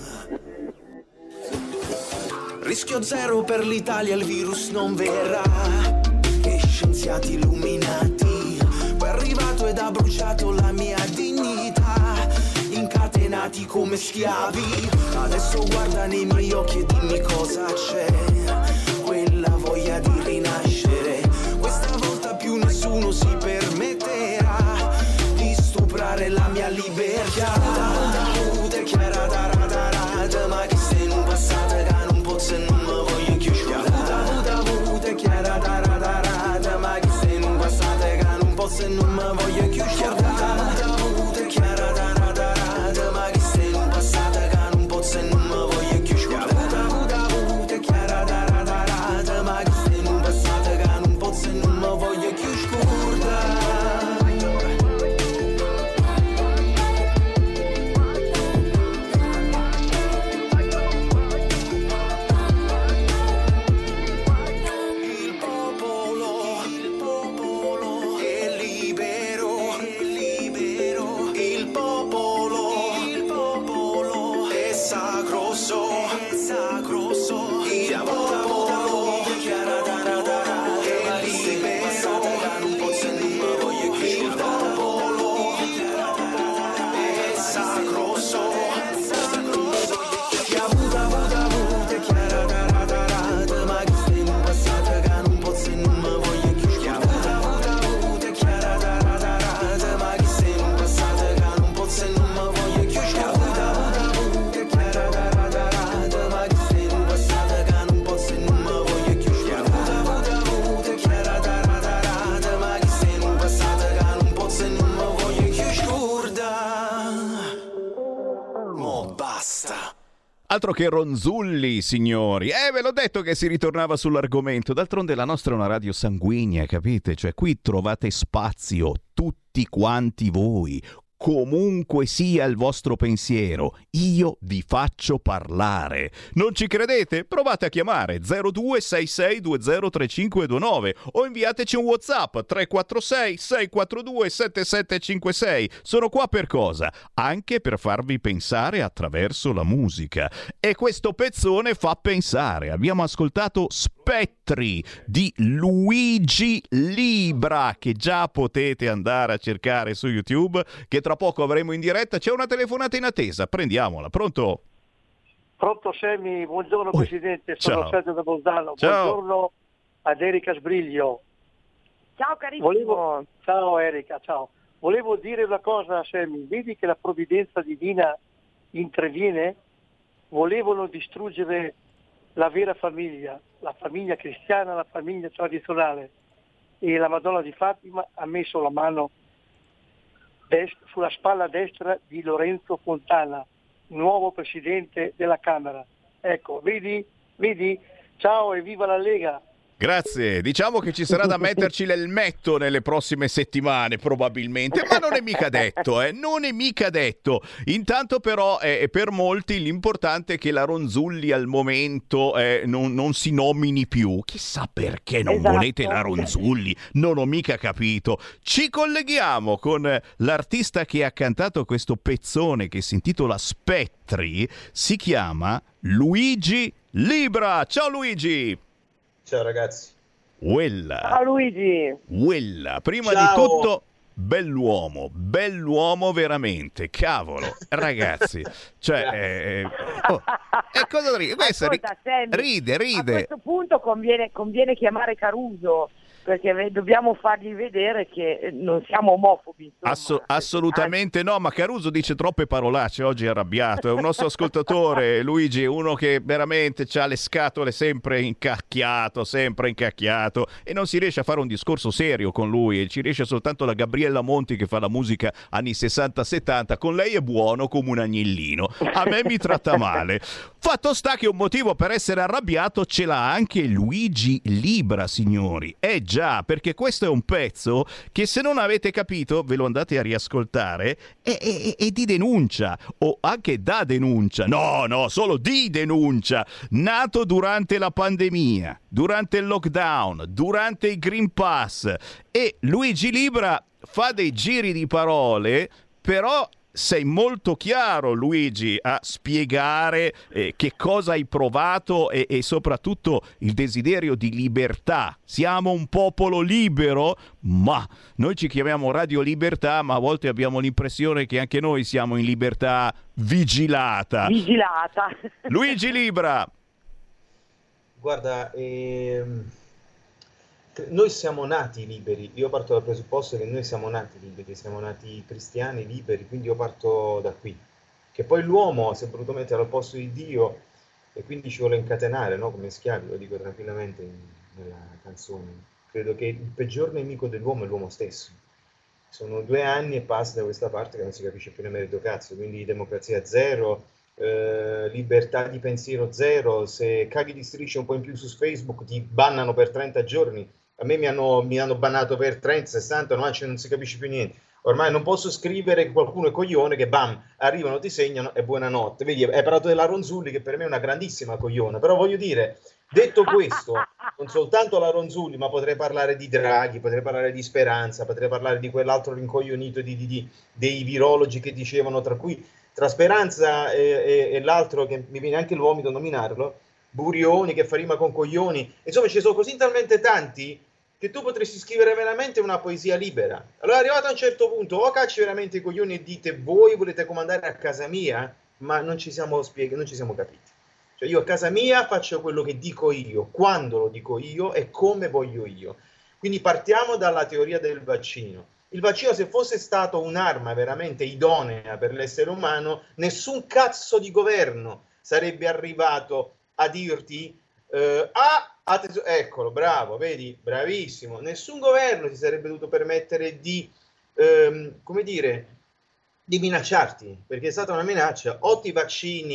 Rischio zero per l'Italia, il virus non verrà. Che scienziati illuminati, poi è arrivato ed ha bruciato la mia dignità. Incatenati come schiavi, adesso guarda nei miei occhi e dimmi cosa c'è. Quella voglia di rinascere, questa volta più nessuno si permetterà di stuprare la mia libertà. Avuta che era da ma che sei in un passato che non posso e non mi voglio più scordare. Avuta che era da ma che sei in un passato che non posso e non mi voglio più scordare. Avuta che era ma che sei in un passato che non posso e non mi voglio più scordare. Avuta che era ma che sei in un passato che non posso e non mi voglio più scordare. Il popolo che libera Altro che Ronzulli, signori. Ve l'ho detto che si ritornava sull'argomento. D'altronde la nostra è una radio sanguigna, capite? Cioè qui trovate spazio, tutti quanti voi. Comunque sia il vostro pensiero, io vi faccio parlare. Non ci credete? Provate a chiamare 0266203529 o inviateci un WhatsApp 346 642 7756. Sono qua per cosa? Anche per farvi pensare attraverso la musica. E questo pezzone fa pensare. Abbiamo ascoltato Spettri di Luigi Libra, che già potete andare a cercare su YouTube, che tra poco avremo in diretta. C'è una telefonata in attesa, prendiamola. Pronto? Pronto Semi, buongiorno Presidente, sono ciao. Sergio da Bolzano. Ciao. Buongiorno ad Erika Sbriglio. Ciao carissimo. Ciao Erika, ciao. Volevo dire una cosa a Semi, vedi che la provvidenza divina interviene? Volevano distruggere la vera famiglia, la famiglia cristiana, la famiglia tradizionale, e la Madonna di Fatima ha messo la mano sulla spalla destra di Lorenzo Fontana, nuovo presidente della Camera. Ecco, vedi? Ciao e viva la Lega! Grazie, diciamo che ci sarà da metterci l'elmetto nelle prossime settimane probabilmente, ma non è mica detto, non è mica detto. Intanto però per molti l'importante è che la Ronzulli al momento non si nomini più. Chissà perché non volete la Ronzulli, non ho mica capito. Ci colleghiamo con l'artista che ha cantato questo pezzone che si intitola Spettri, si chiama Luigi Libra. Ciao Luigi! Ciao ragazzi. Ciao Luigi. Prima Ciao. di tutto, bell'uomo veramente, cavolo, ragazzi, cioè, cosa ride? Ascolta, Sammy, Ride. A questo punto conviene chiamare Caruso, perché dobbiamo fargli vedere che non siamo omofobi. Assolutamente no, ma Caruso dice troppe parolacce, oggi è arrabbiato, è un nostro ascoltatore, Luigi, uno che veramente ha le scatole sempre incacchiato e non si riesce a fare un discorso serio con lui, e ci riesce soltanto la Gabriella Monti che fa la musica anni 60-70, con lei è buono come un agnellino, a me mi tratta male. Fatto sta che un motivo per essere arrabbiato ce l'ha anche Luigi Libra, signori. Già, perché questo è un pezzo che, se non avete capito, ve lo andate a riascoltare, è di denuncia, o anche da denuncia, no, solo di denuncia, nato durante la pandemia, durante il lockdown, durante i Green Pass, e Luigi Libra fa dei giri di parole, però sei molto chiaro, Luigi, a spiegare che cosa hai provato e soprattutto il desiderio di libertà. Siamo un popolo libero, ma noi ci chiamiamo Radio Libertà, ma a volte abbiamo l'impressione che anche noi siamo in libertà vigilata. Luigi Libra. Guarda, noi siamo nati liberi, io parto dal presupposto che noi siamo nati liberi, siamo nati cristiani liberi, quindi io parto da qui, che poi l'uomo si è voluto mettere al posto di Dio e quindi ci vuole incatenare, no? Come schiavi, lo dico tranquillamente nella canzone. Credo che il peggior nemico dell'uomo è l'uomo stesso. Sono 2 anni e passa da questa parte che non si capisce più nemmeno cazzo, quindi democrazia zero, libertà di pensiero zero, se caghi di strisce un po' in più su Facebook ti bannano per 30 giorni. A me mi hanno bannato per 30, 60, no, non si capisce più niente. Ormai non posso scrivere che qualcuno è coglione, che bam, arrivano, ti segnano e buonanotte. Vedi, hai parlato della Ronzulli, che per me è una grandissima coglione, però voglio dire, detto questo, non soltanto la Ronzulli, ma potrei parlare di Draghi, potrei parlare di Speranza, potrei parlare di quell'altro rincoglionito dei virologi che dicevano, tra Speranza e l'altro, che mi viene anche il vomito nominarlo, Burioni, che fa rima con coglioni, insomma ci sono così talmente tanti che tu potresti scrivere veramente una poesia libera. Allora, arrivato a un certo punto, o cacci veramente i coglioni e dite voi volete comandare a casa mia, ma non ci siamo capiti. Cioè io a casa mia faccio quello che dico io, quando lo dico io e come voglio io. Quindi partiamo dalla teoria del vaccino. Il vaccino, se fosse stato un'arma veramente idonea per l'essere umano, nessun cazzo di sarebbe arrivato a dirti eccolo, bravo, vedi, bravissimo. Nessun governo si sarebbe dovuto permettere di minacciarti, perché è stata una minaccia: o ti vaccini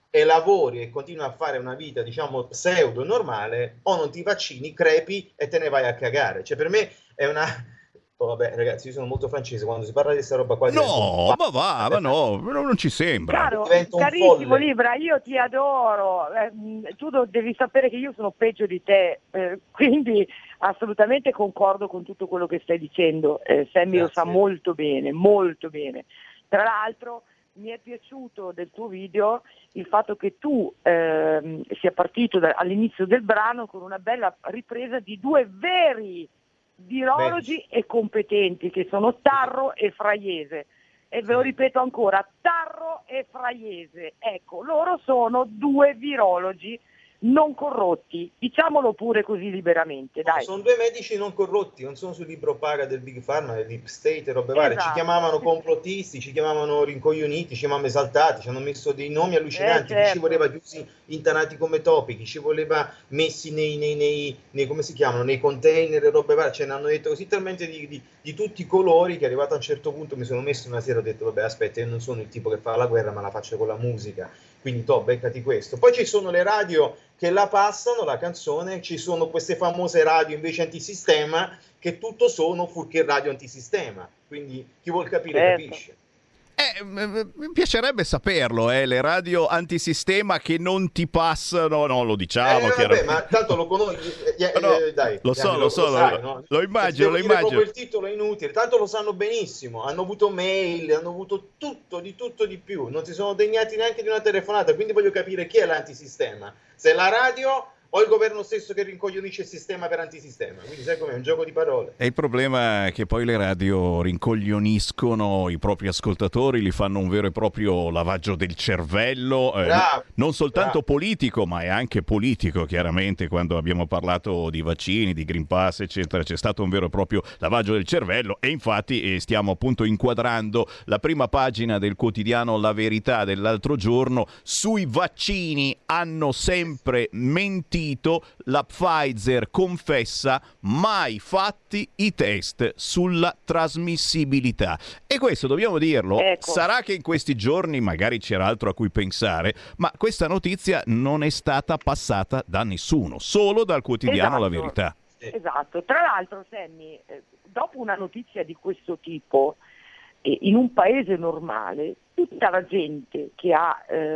e lavori e continui a fare una vita, diciamo, pseudo normale, o non ti vaccini, crepi e te ne vai a cagare. Cioè, per me è una... Oh, vabbè, ragazzi, io sono molto francese, quando si parla di questa roba qua... No, ma no, non ci sembra. Caro, Divento un carissimo folle. Libra, io ti adoro, tu devi sapere che io sono peggio di te, quindi assolutamente concordo con tutto quello che stai dicendo, Sammy lo sa molto bene, molto bene. Tra l'altro mi è piaciuto del tuo video il fatto che tu sia partito all'inizio del brano con una bella ripresa di due veri virologi e competenti, che sono Tarro e Fraiese, e ve lo ripeto ancora, Tarro e Fraiese, ecco, loro sono due virologi non corrotti, diciamolo pure così liberamente, dai. Sono due medici non corrotti, non sono sul libro paga del Big Pharma, del Deep State e robe varie. Ci chiamavano complottisti, ci chiamavano rincoglioniti, ci chiamavano esaltati, ci hanno messo dei nomi allucinanti, chi ci voleva chiusi intanati come topi, chi ci voleva messi nei come si chiamano, nei container e robe varie, ce ne hanno detto così talmente di tutti i colori che arrivato a un certo punto mi sono messo una sera e ho detto vabbè aspetta, io non sono il tipo che fa la guerra ma la faccio con la musica, quindi beccati questo. Poi ci sono le radio che la passano, la canzone, ci sono queste famose radio invece antisistema che tutto sono fuorché radio antisistema, quindi chi vuol capire capisce. Mi piacerebbe saperlo, le radio antisistema che non ti passano, no, lo diciamo vabbè, ma tanto lo conosci, dai, lo so, sai, no? lo immagino. Proprio il titolo è inutile, tanto lo sanno benissimo, hanno avuto mail, hanno avuto tutto di più, non si sono degnati neanche di una telefonata, quindi voglio capire chi è l'antisistema, se la radio o il governo stesso che rincoglionisce il sistema per antisistema, quindi sai com'è, un gioco di parole. E il problema è che poi le radio rincoglioniscono i propri ascoltatori, li fanno un vero e proprio lavaggio del cervello, non soltanto politico, ma è anche politico, chiaramente. Quando abbiamo parlato di vaccini, di Green Pass, eccetera, c'è stato un vero e proprio lavaggio del cervello, e infatti stiamo appunto inquadrando la prima pagina del quotidiano La Verità dell'altro giorno. Sui vaccini hanno sempre mentito. La Pfizer confessa mai fatti i test sulla trasmissibilità, e questo dobbiamo dirlo, sarà che in questi giorni magari c'era altro a cui pensare, ma questa notizia non è stata passata da nessuno, solo dal quotidiano La Verità. Esatto, tra l'altro Sammy, dopo una notizia di questo tipo, in un paese normale, tutta la gente che ha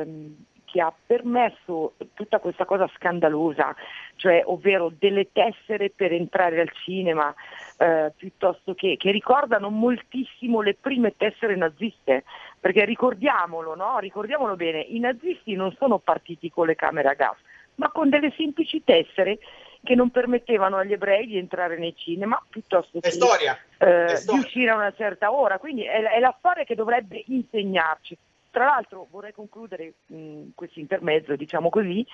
permesso tutta questa cosa scandalosa, cioè ovvero delle tessere per entrare al cinema, piuttosto che ricordano moltissimo le prime tessere naziste, perché ricordiamolo bene, i nazisti non sono partiti con le camere a gas, ma con delle semplici tessere che non permettevano agli ebrei di entrare nei cinema, piuttosto che di uscire a una certa ora, quindi è la storia che dovrebbe insegnarci. Tra l'altro vorrei concludere questo intermezzo, diciamo così,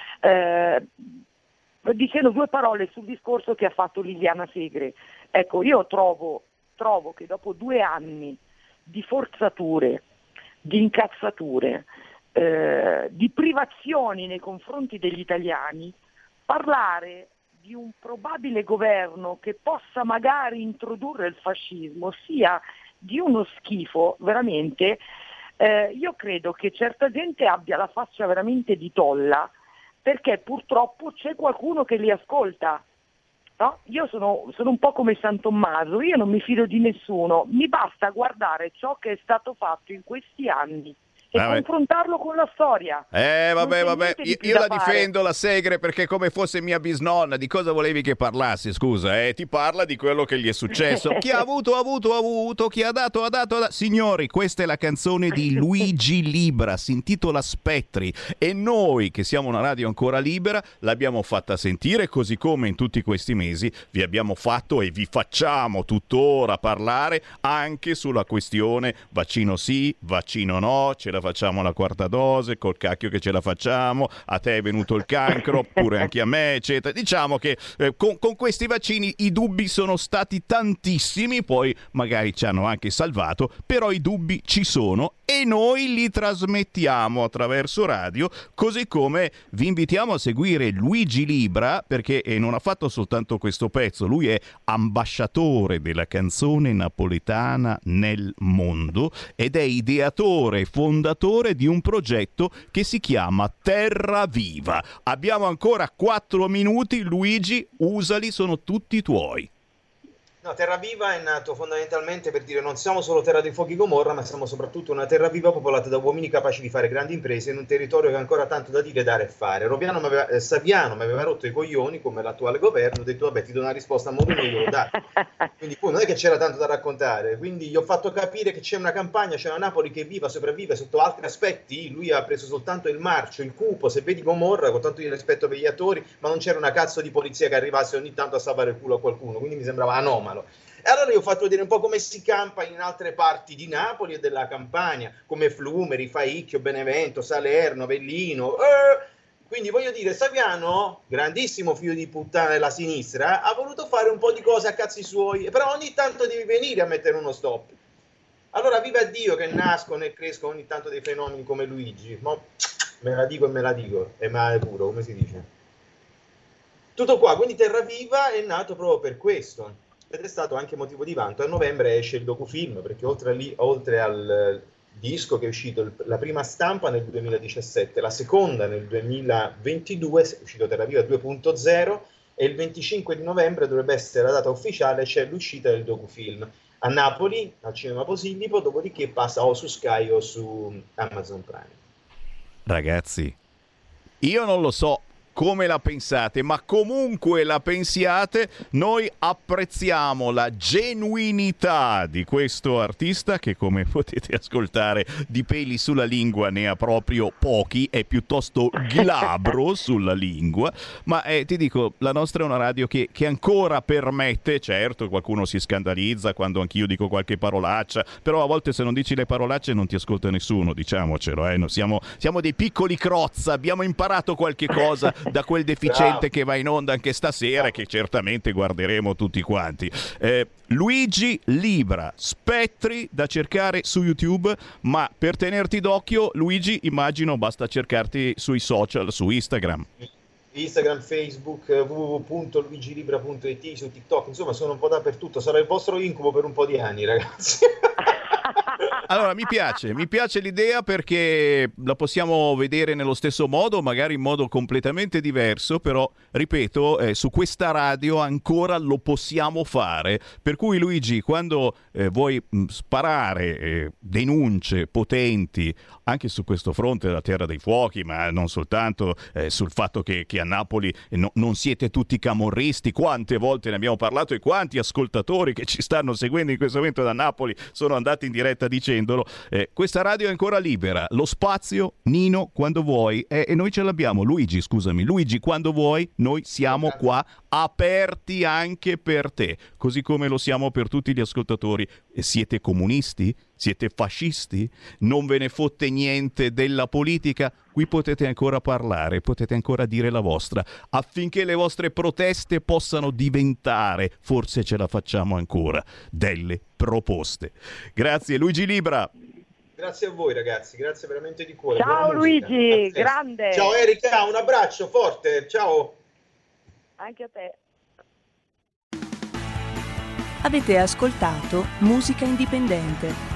dicendo due parole sul discorso che ha fatto Liliana Segre. Ecco, io trovo che dopo 2 anni di forzature, di incazzature, di privazioni nei confronti degli italiani, parlare di un probabile governo che possa magari introdurre il fascismo sia di uno schifo veramente. Io credo che certa gente abbia la faccia veramente di tolla, perché purtroppo c'è qualcuno che li ascolta. No? Io sono un po' come San Tommaso, io non mi fido di nessuno, mi basta guardare ciò che è stato fatto in questi anni e confrontarlo con la storia. Vabbè, io la difendo la Segre perché come fosse mia bisnonna. Di cosa volevi che parlassi, scusa? Ti parla di quello che gli è successo. Chi ha avuto, chi ha dato. Signori, questa è la canzone di Luigi Libra, si intitola Spettri, e noi che siamo una radio ancora libera l'abbiamo fatta sentire, così come in tutti questi mesi vi abbiamo fatto e vi facciamo tuttora parlare anche sulla questione vaccino sì, vaccino no, ce la facciamo la quarta dose, col cacchio che ce la facciamo, a te è venuto il cancro, pure anche a me, eccetera. Diciamo che con questi vaccini i dubbi sono stati tantissimi, poi magari ci hanno anche salvato, però i dubbi ci sono e noi li trasmettiamo attraverso radio, così come vi invitiamo a seguire Luigi Libra, perché non ha fatto soltanto questo pezzo, lui è ambasciatore della canzone napoletana nel mondo ed è ideatore e fondatore fondatore di un progetto che si chiama Terra Viva. Abbiamo ancora 4 minuti, Luigi, usali, sono tutti tuoi. No, Terra Viva è nato fondamentalmente per dire non siamo solo Terra dei Fuochi Gomorra, ma siamo soprattutto una terra viva popolata da uomini capaci di fare grandi imprese in un territorio che ha ancora tanto da dire, dare e fare. Saviano mi aveva rotto i coglioni come l'attuale governo, ho detto vabbè ti do una risposta a modo mio, glielo dai. Quindi poi non è che c'era tanto da raccontare, quindi gli ho fatto capire che c'è una campagna, c'è una Napoli che è viva, sopravvive sotto altri aspetti. Lui ha preso soltanto il marcio, il cupo, se vedi Gomorra, con tanto di rispetto per gli attori, ma non c'era una cazzo di polizia che arrivasse ogni tanto a salvare il culo a qualcuno, quindi mi sembrava anomalo. E allora io ho fatto vedere un po' come si campa in altre parti di Napoli e della Campania, come Flumeri, Faicchio, Benevento, Salerno, Avellino. Quindi voglio dire, Saviano, grandissimo figlio di puttana della sinistra, ha voluto fare un po' di cose a cazzi suoi, però ogni tanto devi venire a mettere uno stop. Allora viva Dio che nascono e crescono ogni tanto dei fenomeni come Luigi. Ma me la dico, e male puro, come si dice. Tutto qua, quindi Terra Viva è nato proprio per questo. Ed è stato anche motivo di vanto. A novembre esce il docufilm, perché oltre al disco che è uscito la prima stampa nel 2017, la seconda nel 2022, è uscito Terra Viva 2.0, e il 25 di novembre dovrebbe essere la data ufficiale, c'è l'uscita del docufilm a Napoli, al Cinema Posillipo, dopodiché passa o su Sky o su Amazon Prime. Ragazzi, io non lo so come la pensate, ma comunque la pensiate, noi apprezziamo la genuinità di questo artista che, come potete ascoltare, di peli sulla lingua ne ha proprio pochi, è piuttosto glabro sulla lingua, ma ti dico, la nostra è una radio che ancora permette, certo qualcuno si scandalizza quando anch'io dico qualche parolaccia, però a volte se non dici le parolacce non ti ascolta nessuno, diciamocelo, no, siamo dei piccoli crozza, abbiamo imparato qualche cosa da quel deficiente che va in onda anche stasera, che certamente guarderemo tutti quanti. Luigi Libra, Spettri, da cercare su YouTube, ma per tenerti d'occhio, Luigi, immagino basta cercarti sui social, su Instagram, Facebook, www.luigilibra.it, su TikTok, insomma sono un po' dappertutto, sarà il vostro incubo per un po' di anni, ragazzi. Allora, mi piace l'idea perché la possiamo vedere nello stesso modo, magari in modo completamente diverso, però, ripeto, su questa radio ancora lo possiamo fare. Per cui, Luigi, quando vuoi sparare denunce potenti anche su questo fronte della Terra dei Fuochi, ma non soltanto sul fatto che a Napoli non siete tutti camorristi, quante volte ne abbiamo parlato e quanti ascoltatori che ci stanno seguendo in questo momento da Napoli sono andati in diretta dicendolo, questa radio è ancora libera, lo spazio, Nino, quando vuoi, e noi ce l'abbiamo. Luigi, quando vuoi, noi siamo qua, aperti anche per te, così come lo siamo per tutti gli ascoltatori. Siete comunisti? Siete fascisti? Non ve ne fotte niente della politica? Qui potete ancora parlare, potete ancora dire la vostra, affinché le vostre proteste possano diventare, forse ce la facciamo ancora, delle proposte. Grazie Luigi Libra. Grazie a voi ragazzi, grazie veramente di cuore. Ciao Luigi, grande. Ciao Erika, un abbraccio forte, ciao. Anche a te. Avete ascoltato Musica Indipendente.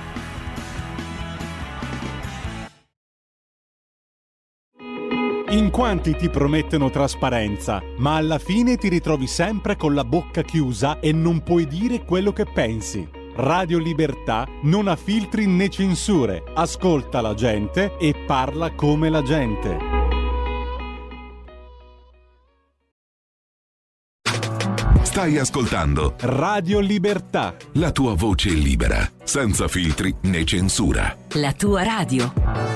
In quanti ti promettono trasparenza, ma alla fine ti ritrovi sempre con la bocca chiusa e non puoi dire quello che pensi. Radio Libertà non ha filtri né censure, ascolta la gente e parla come la gente. Stai ascoltando Radio Libertà, la tua voce libera, senza filtri né censura. La tua radio.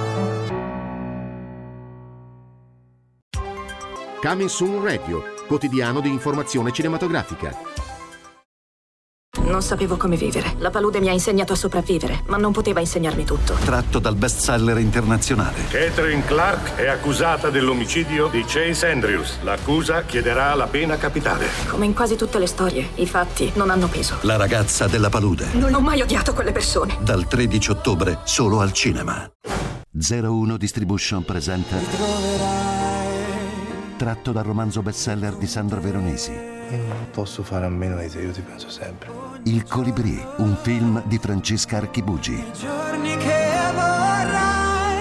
Coming Soon Radio, quotidiano di informazione cinematografica. Non sapevo come vivere. La palude mi ha insegnato a sopravvivere, ma non poteva insegnarmi tutto. Tratto dal bestseller internazionale. Catherine Clark è accusata dell'omicidio di Chase Andrews. L'accusa chiederà la pena capitale. Come in quasi tutte le storie, i fatti non hanno peso. La ragazza della palude. Non ho mai odiato quelle persone. Dal 13 ottobre, solo al cinema. 01 Distribution presenta tratto dal romanzo bestseller di Sandro Veronesi. Io non posso fare a meno di te, io ti penso sempre. Il Colibrì, un film di Francesca Archibugi. Giorni che vorrai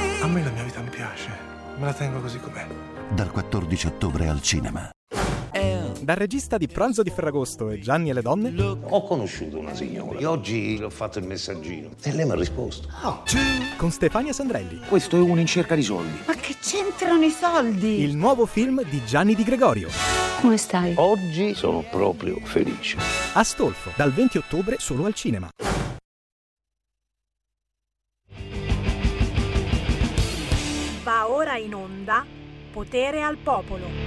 Me la tengo così com'è. Dal 14 ottobre al cinema. Dal regista di Pranzo di Ferragosto e Gianni e le donne. Ho conosciuto una signora e oggi le ho fatto il messaggino e lei mi ha risposto. Con Stefania Sandrelli. Questo è uno in cerca di soldi. Ma che c'entrano i soldi? Il nuovo film di Gianni Di Gregorio. Come stai? Oggi sono proprio felice. Astolfo, dal 20 ottobre solo al cinema. Va ora in onda Potere al Popolo.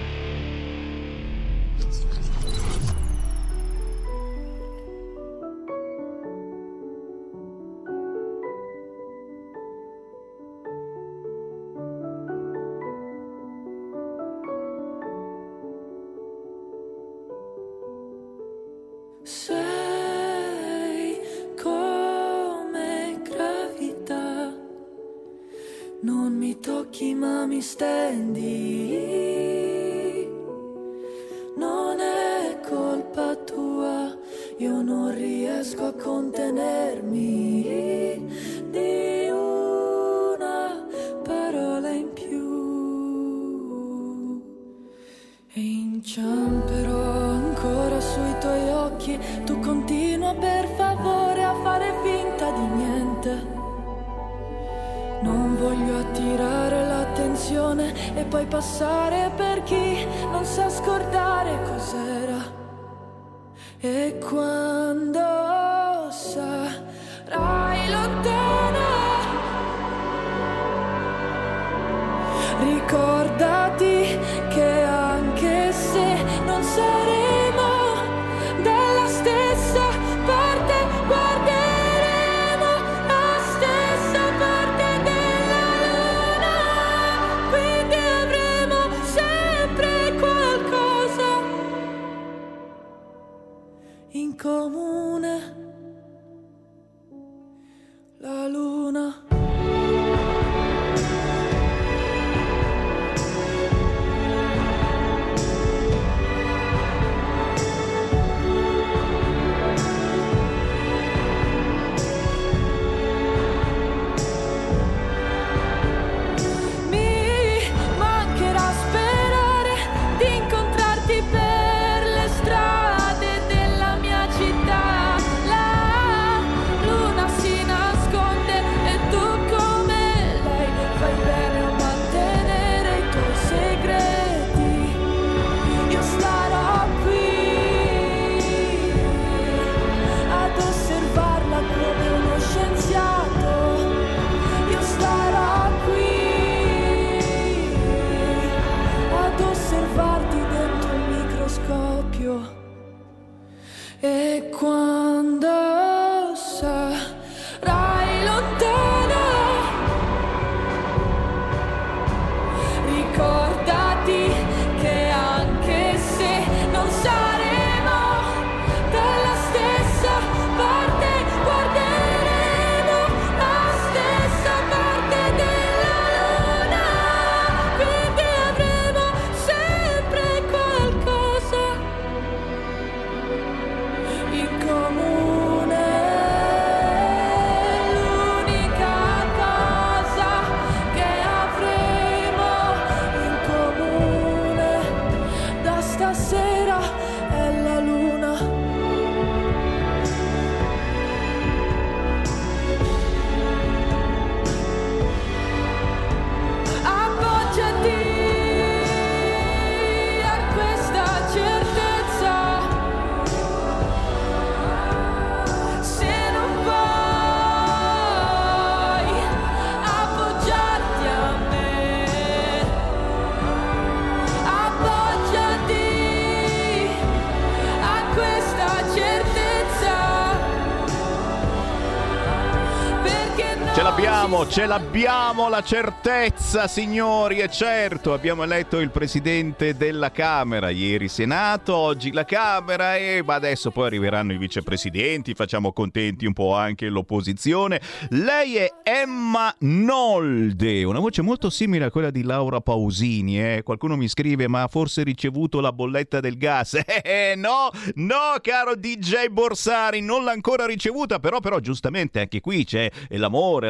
Sei come gravità, non mi tocchi ma mi stendi, non è colpa tua, io non riesco a contenermi, di una parola in più e inciamperò ancora sui tuoi occhi, tu continua per favore a fare finta di niente. Non voglio attirare l'attenzione e poi passare per chi non sa scordare cos'era. E quando sarai lontana, ricordati che anche se non saremo dalla stessa parte, guarderemo la stessa parte della luna, quindi avremo sempre qualcosa in comune. La luna. E quando sarai lontana, ricordati che anche se non saremo dalla stessa parte, guarderemo la stessa parte della luna, quindi avremo sempre qualcosa in comune. L'unica cosa che avremo in comune da stasera è la luna. Appoggiati a questa certezza. Se non puoi appoggiarti a me, appoggiati a questa certezza, perché noi Ce l'abbiamo la certezza, signori, e certo, abbiamo eletto il presidente della Camera, ieri Senato, oggi la Camera, ma adesso poi arriveranno i vicepresidenti, facciamo contenti un po' anche l'opposizione. Lei è Emma Nolde, una voce molto simile a quella di Laura Pausini, Qualcuno mi scrive, ma ha forse ricevuto la bolletta del gas? No, caro DJ Borsari, non l'ha ancora ricevuta, però giustamente anche qui c'è l'amore, la lontananza,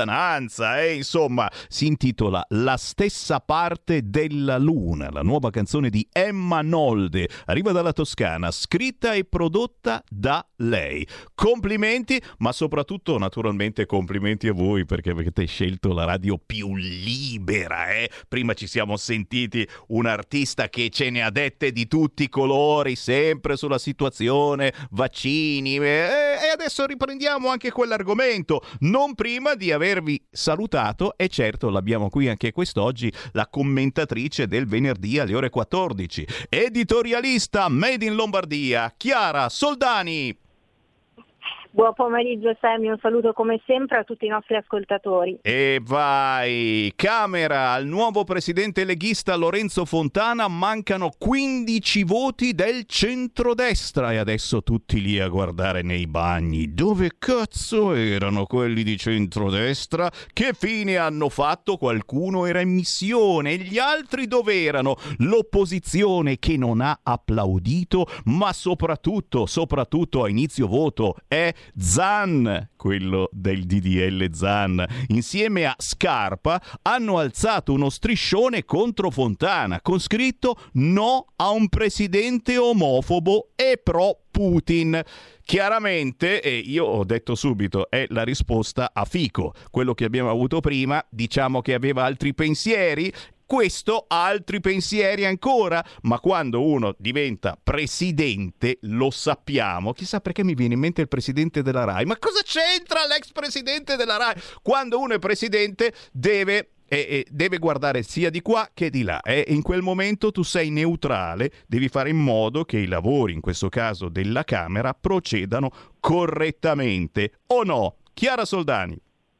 lontananza, insomma, si intitola La stessa parte della luna, la nuova canzone di Emma Nolde, arriva dalla Toscana, scritta e prodotta da lei. Complimenti, ma soprattutto naturalmente complimenti a voi perché avete scelto la radio più libera, Prima ci siamo sentiti un artista che ce ne ha dette di tutti i colori, sempre sulla situazione vaccini, e adesso riprendiamo anche quell'argomento, non prima di avervi salutato, e certo l'abbiamo qui anche quest'oggi, la commentatrice del venerdì alle ore 14, editorialista Made in Lombardia, Chiara Soldani. Buon pomeriggio Sammy, un saluto come sempre a tutti i nostri ascoltatori. E vai! Camera, al nuovo presidente leghista Lorenzo Fontana mancano 15 voti del centrodestra e adesso tutti lì a guardare nei bagni. Dove cazzo erano quelli di centrodestra? Che fine hanno fatto? Qualcuno era in missione, gli altri dove erano? L'opposizione che non ha applaudito, ma soprattutto a inizio voto è Zan, quello del DDL Zan, insieme a Scarpa hanno alzato uno striscione contro Fontana con scritto no a un presidente omofobo e pro Putin. Chiaramente, e io ho detto subito, è la risposta a Fico. Quello che abbiamo avuto prima, diciamo che aveva altri pensieri, questo ha altri pensieri ancora, ma quando uno diventa presidente, lo sappiamo, chissà perché mi viene in mente il presidente della RAI, ma cosa c'entra l'ex presidente della RAI? Quando uno è presidente deve guardare sia di qua che di là, in quel momento tu sei neutrale, devi fare in modo che i lavori, in questo caso della Camera, procedano correttamente, o no? Chiara Soldani.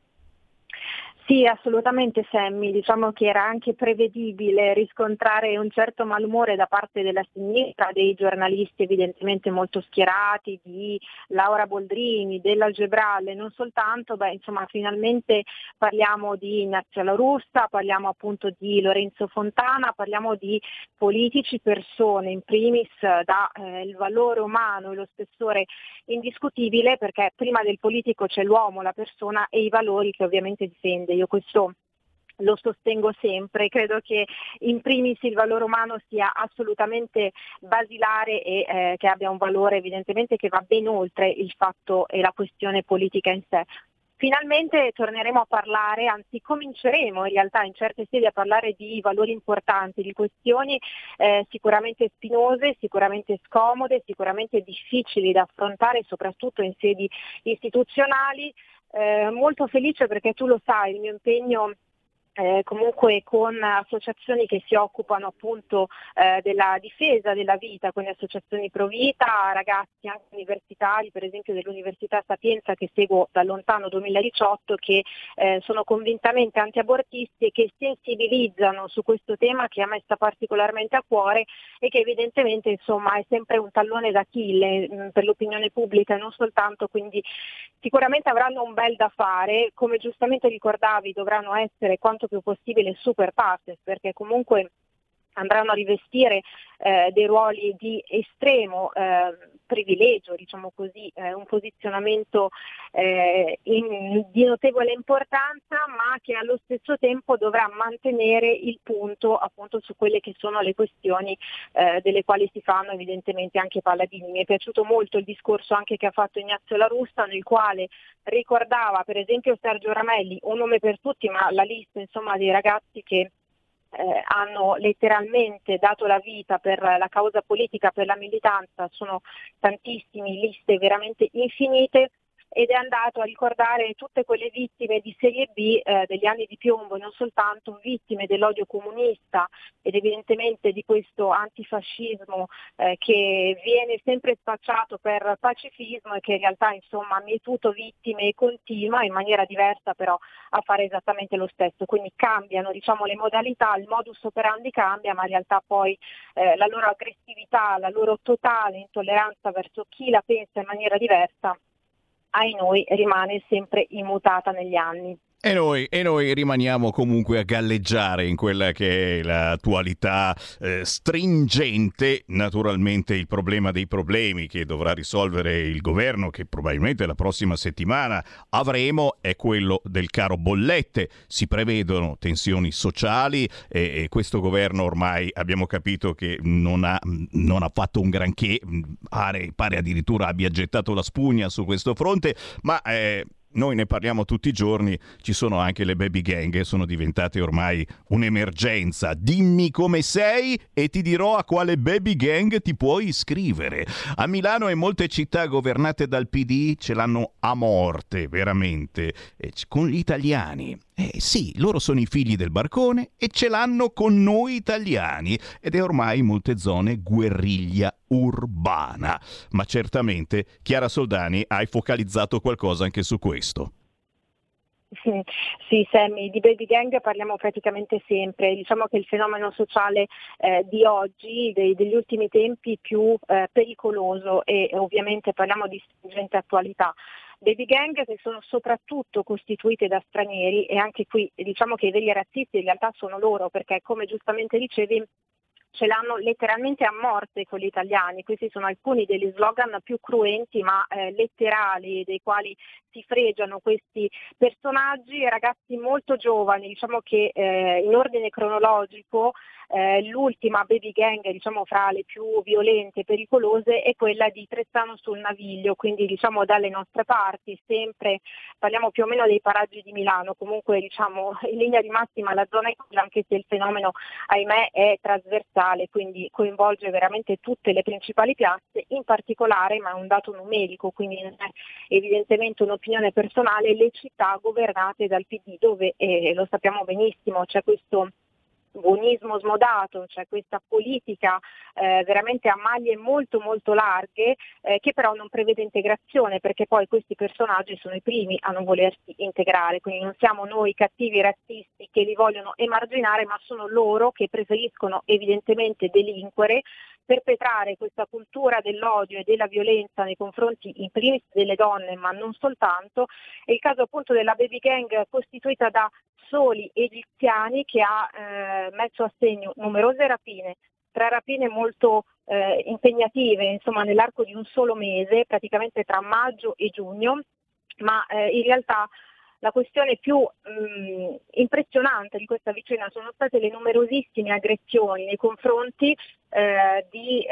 Sì, assolutamente Sammy, diciamo che era anche prevedibile riscontrare un certo malumore da parte della sinistra, dei giornalisti evidentemente molto schierati, di Laura Boldrini, della Gebralle, non soltanto, finalmente parliamo di Ignazio La Russa, parliamo appunto di Lorenzo Fontana, parliamo di politici, persone in primis da il valore umano e lo spessore indiscutibile, perché prima del politico c'è l'uomo, la persona e i valori che ovviamente difende. Io questo lo sostengo sempre, credo che in primis il valore umano sia assolutamente basilare e che abbia un valore evidentemente che va ben oltre il fatto e la questione politica in sé. Finalmente torneremo a parlare, anzi cominceremo in realtà in certe sedi a parlare di valori importanti, di questioni sicuramente spinose, sicuramente scomode, sicuramente difficili da affrontare soprattutto in sedi istituzionali. Molto felice perché tu lo sai, il mio impegno comunque con associazioni che si occupano appunto della difesa della vita, quindi associazioni pro vita, ragazzi anche universitari, per esempio dell'Università Sapienza che seguo da lontano 2018, che sono convintamente antiabortisti e che sensibilizzano su questo tema che a me sta particolarmente a cuore e che evidentemente insomma è sempre un tallone d'Achille per l'opinione pubblica e non soltanto, quindi sicuramente avranno un bel da fare, come giustamente ricordavi dovranno essere quanto più possibile super partes, perché comunque andranno a rivestire dei ruoli di estremo privilegio, diciamo così, un posizionamento di notevole importanza, ma che allo stesso tempo dovrà mantenere il punto appunto su quelle che sono le questioni delle quali si fanno evidentemente anche paladini. Mi è piaciuto molto il discorso anche che ha fatto Ignazio La Russa, nel quale ricordava per esempio Sergio Ramelli, un nome per tutti, ma la lista insomma dei ragazzi che hanno letteralmente dato la vita per la causa politica, per la militanza, sono tantissimi, liste veramente infinite, ed è andato a ricordare tutte quelle vittime di serie B degli anni di piombo, non soltanto vittime dell'odio comunista ed evidentemente di questo antifascismo che viene sempre spacciato per pacifismo e che in realtà insomma ha mietuto vittime e continua in maniera diversa però a fare esattamente lo stesso. Quindi cambiano le modalità, il modus operandi cambia, ma in realtà poi la loro aggressività, la loro totale intolleranza verso chi la pensa in maniera diversa ai noi rimane sempre immutata negli anni. E noi rimaniamo comunque a galleggiare in quella che è l'attualità stringente. Naturalmente il problema dei problemi che dovrà risolvere il governo, che probabilmente la prossima settimana avremo, è quello del caro bollette. Si prevedono tensioni sociali e questo governo ormai abbiamo capito che non ha fatto un granché, pare addirittura abbia gettato la spugna su questo fronte, ma noi ne parliamo tutti i giorni. Ci sono anche le baby gang, sono diventate ormai un'emergenza. Dimmi come sei e ti dirò a quale baby gang ti puoi iscrivere. A Milano e molte città governate dal PD ce l'hanno a morte, veramente, con gli italiani. Sì, loro sono i figli del barcone e ce l'hanno con noi italiani, ed è ormai in molte zone guerriglia urbana. Ma certamente, Chiara Soldani, hai focalizzato qualcosa anche su questo. Sì, Sammy, di baby gang parliamo praticamente sempre. Diciamo che il fenomeno sociale di oggi, degli ultimi tempi, più pericoloso, e ovviamente parliamo di stringente attualità. Baby gang che sono soprattutto costituite da stranieri, e anche qui diciamo che i veri razzisti in realtà sono loro, perché come giustamente dicevi ce l'hanno letteralmente a morte con gli italiani. Questi sono alcuni degli slogan più cruenti ma letterali, dei quali si fregiano questi personaggi, ragazzi molto giovani. Diciamo che in ordine cronologico l'ultima baby gang, diciamo fra le più violente e pericolose, è quella di Trezzano sul Naviglio, quindi diciamo dalle nostre parti, sempre parliamo più o meno dei paraggi di Milano, comunque diciamo in linea di massima la zona è quella, anche se il fenomeno ahimè è trasversale, quindi coinvolge veramente tutte le principali piazze. In particolare, ma è un dato numerico, quindi non è evidentemente un'opinione personale, le città governate dal PD, dove lo sappiamo benissimo c'è questo buonismo smodato, c'è questa politica veramente a maglie molto molto larghe, che però non prevede integrazione, perché poi questi personaggi sono i primi a non volersi integrare, quindi non siamo noi cattivi razzisti che li vogliono emarginare, ma sono loro che preferiscono evidentemente delinquere, perpetrare questa cultura dell'odio e della violenza nei confronti in primis delle donne, ma non soltanto. È il caso appunto della baby gang costituita da soli egiziani, che ha messo a segno numerose rapine, 3 rapine molto impegnative, insomma nell'arco di un solo mese, praticamente tra maggio e giugno, ma in realtà la questione più impressionante di questa vicenda sono state le numerosissime aggressioni nei confronti di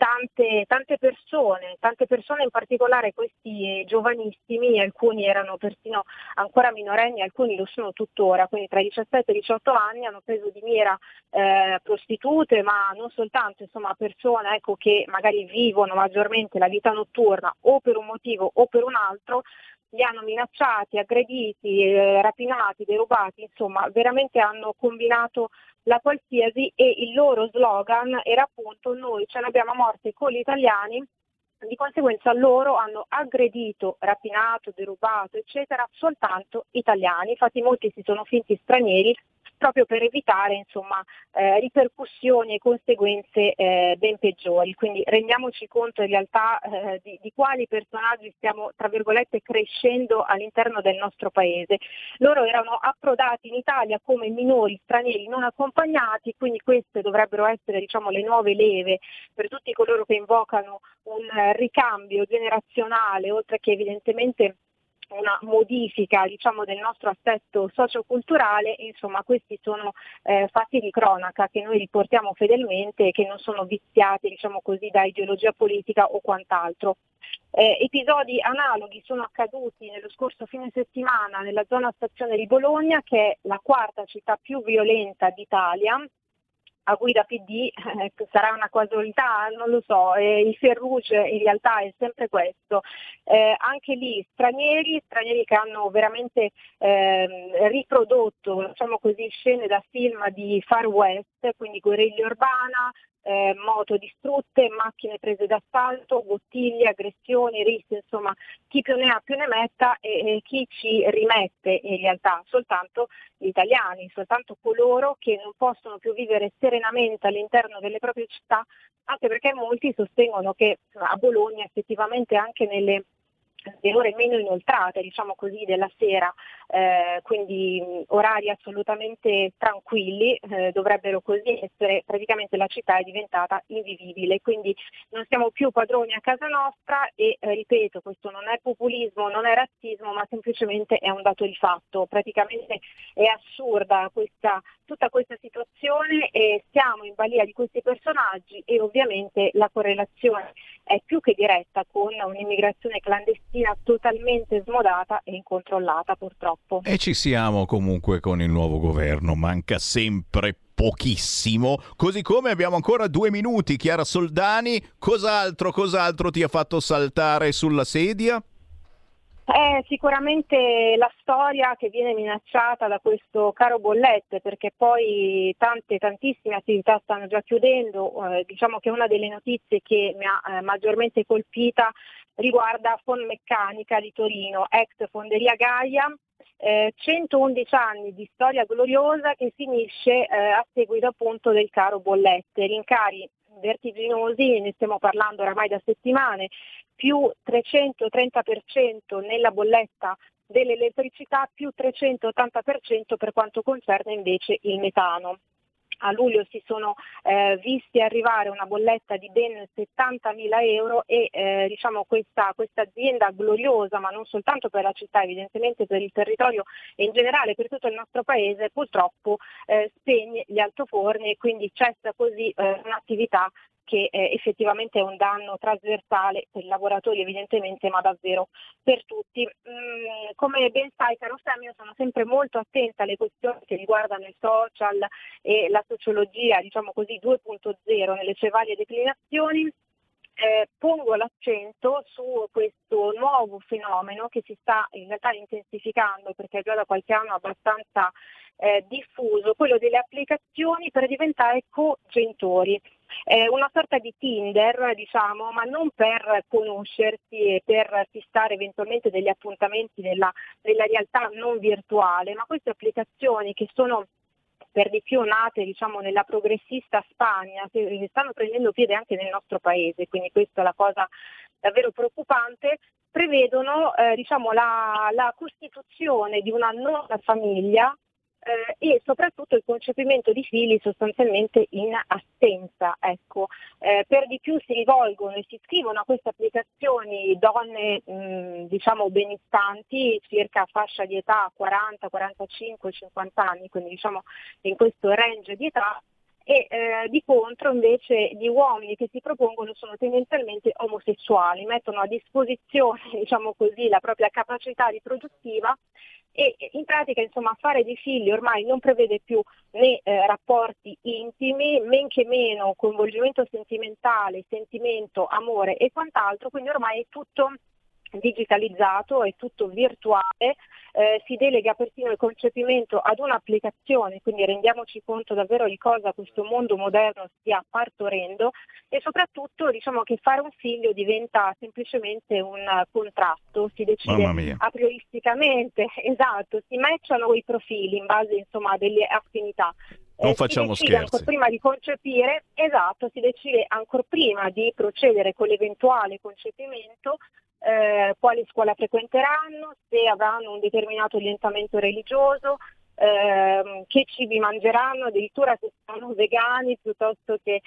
tante persone, in particolare questi giovanissimi. Alcuni erano persino ancora minorenni, alcuni lo sono tuttora, quindi tra i 17 e i 18 anni. Hanno preso di mira prostitute, ma non soltanto, insomma persone che magari vivono maggiormente la vita notturna o per un motivo o per un altro. Li hanno minacciati, aggrediti, rapinati, derubati, insomma veramente hanno combinato la qualsiasi, e il loro slogan era appunto: noi ce l'abbiamo a morte con gli italiani. Di conseguenza loro hanno aggredito, rapinato, derubato, eccetera, soltanto italiani. Infatti molti si sono finti stranieri, proprio per evitare insomma ripercussioni e conseguenze ben peggiori. Quindi rendiamoci conto in realtà di quali personaggi stiamo, tra virgolette, crescendo all'interno del nostro paese. Loro erano approdati in Italia come minori stranieri non accompagnati, quindi queste dovrebbero essere, diciamo, le nuove leve per tutti coloro che invocano un ricambio generazionale, oltre che evidentemente una modifica, diciamo, del nostro assetto socioculturale. Insomma, questi sono fatti di cronaca che noi riportiamo fedelmente e che non sono viziati, diciamo così, da ideologia politica o quant'altro. Episodi analoghi sono accaduti nello scorso fine settimana nella zona stazione di Bologna, che è la 4ª città più violenta d'Italia. A guida PD sarà una casualità, non lo so, il Ferruge in realtà è sempre questo. Anche lì stranieri che hanno veramente riprodotto, diciamo così, scene da film di Far West, quindi guerriglia urbana, moto distrutte, macchine prese d'assalto, bottiglie, aggressioni, risse, insomma chi più ne ha più ne metta, e chi ci rimette in realtà soltanto gli italiani, soltanto coloro che non possono più vivere serenamente all'interno delle proprie città, anche perché molti sostengono che a Bologna effettivamente anche nelle le ore meno inoltrate, diciamo così, della sera, quindi orari assolutamente tranquilli, dovrebbero così essere. Praticamente la città è diventata invivibile, quindi non siamo più padroni a casa nostra e ripeto, questo non è populismo, non è razzismo, ma semplicemente è un dato di fatto. Praticamente è assurda tutta questa situazione e siamo in balia di questi personaggi e ovviamente la correlazione è più che diretta con un'immigrazione clandestina totalmente smodata e incontrollata, purtroppo. E ci siamo comunque con il nuovo governo, manca sempre pochissimo, così come abbiamo ancora 2 minuti. Chiara Soldani, cos'altro ti ha fatto saltare sulla sedia? Sicuramente la storia che viene minacciata da questo caro bollette, perché poi tantissime attività stanno già chiudendo. Diciamo che una delle notizie che mi ha maggiormente colpita riguarda Fonmeccanica di Torino, ex Fonderia Gaia, 111 anni di storia gloriosa che finisce a seguito appunto del caro bollette. Rincari vertiginosi, ne stiamo parlando oramai da settimane, più 330% nella bolletta dell'elettricità, più 380% per quanto concerne invece il metano. A luglio si sono visti arrivare una bolletta di ben 70.000 euro e diciamo questa azienda gloriosa, ma non soltanto per la città, evidentemente per il territorio e in generale per tutto il nostro paese, purtroppo spegne gli altoforni e quindi cessa così un'attività che effettivamente è un danno trasversale per i lavoratori evidentemente, ma davvero per tutti. Come ben sai, caro Sam, io sono sempre molto attenta alle questioni che riguardano i social e la sociologia, diciamo così, 2.0 nelle sue varie declinazioni. Pongo l'accento su questo nuovo fenomeno che si sta in realtà intensificando, perché già da qualche anno abbastanza diffuso, quello delle applicazioni per diventare co-genitori. Una sorta di Tinder, diciamo, ma non per conoscersi e per fissare eventualmente degli appuntamenti nella realtà non virtuale, ma queste applicazioni che sono per di più nate, diciamo, nella progressista Spagna, che stanno prendendo piede anche nel nostro paese, quindi questa è la cosa davvero preoccupante, prevedono diciamo, la costituzione di una nuova famiglia e soprattutto il concepimento di figli sostanzialmente in assenza. Ecco. Per di più si rivolgono e si iscrivono a queste applicazioni donne diciamo benestanti, circa fascia di età 40, 45, 50 anni, quindi diciamo in questo range di età. E di contro invece gli uomini che si propongono sono tendenzialmente omosessuali, mettono a disposizione, diciamo così, la propria capacità riproduttiva e in pratica insomma fare dei figli ormai non prevede più né rapporti intimi, men che meno coinvolgimento sentimentale, sentimento, amore e quant'altro, quindi ormai è tutto digitalizzato, è tutto virtuale, si delega persino il concepimento ad un'applicazione, quindi rendiamoci conto davvero di cosa questo mondo moderno stia partorendo e soprattutto diciamo che fare un figlio diventa semplicemente un contratto, si decide a prioristicamente, esatto, si matchano i profili in base insomma a delle affinità. Non facciamo scherzi. Ancora prima di concepire, esatto, si decide ancora prima di procedere con l'eventuale concepimento, quale scuola frequenteranno, se avranno un determinato orientamento religioso, che cibi mangeranno, addirittura se sono vegani piuttosto che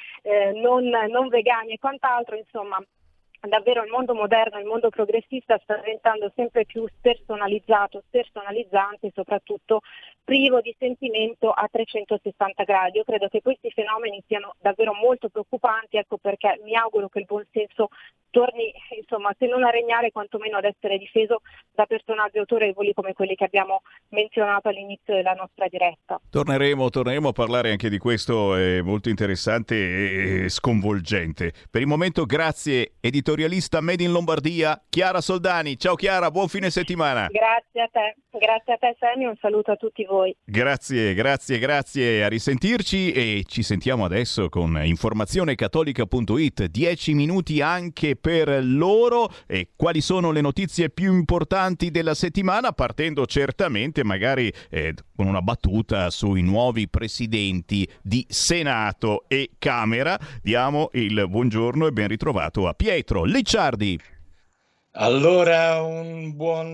non vegani e quant'altro, insomma. Davvero il mondo moderno, il mondo progressista sta diventando sempre più personalizzato, personalizzante e soprattutto privo di sentimento a 360 gradi. Io credo che questi fenomeni siano davvero molto preoccupanti, ecco perché mi auguro che il buonsenso torni, insomma, se non a regnare, quantomeno ad essere difeso da personaggi autorevoli come quelli che abbiamo menzionato all'inizio della nostra diretta. Torneremo a parlare anche di questo, è molto interessante e sconvolgente. Per il momento grazie, editorialista Made in Lombardia, Chiara Soldani. Ciao Chiara, buon fine settimana. Grazie a te Sammy, un saluto a tutti voi. Grazie, a risentirci e ci sentiamo adesso con informazionecattolica.it, 10 minuti anche per loro e quali sono le notizie più importanti della settimana, partendo certamente magari con una battuta sui nuovi presidenti di Senato e Camera. Diamo il buongiorno e ben ritrovato a Pietro Licciardi. Allora, un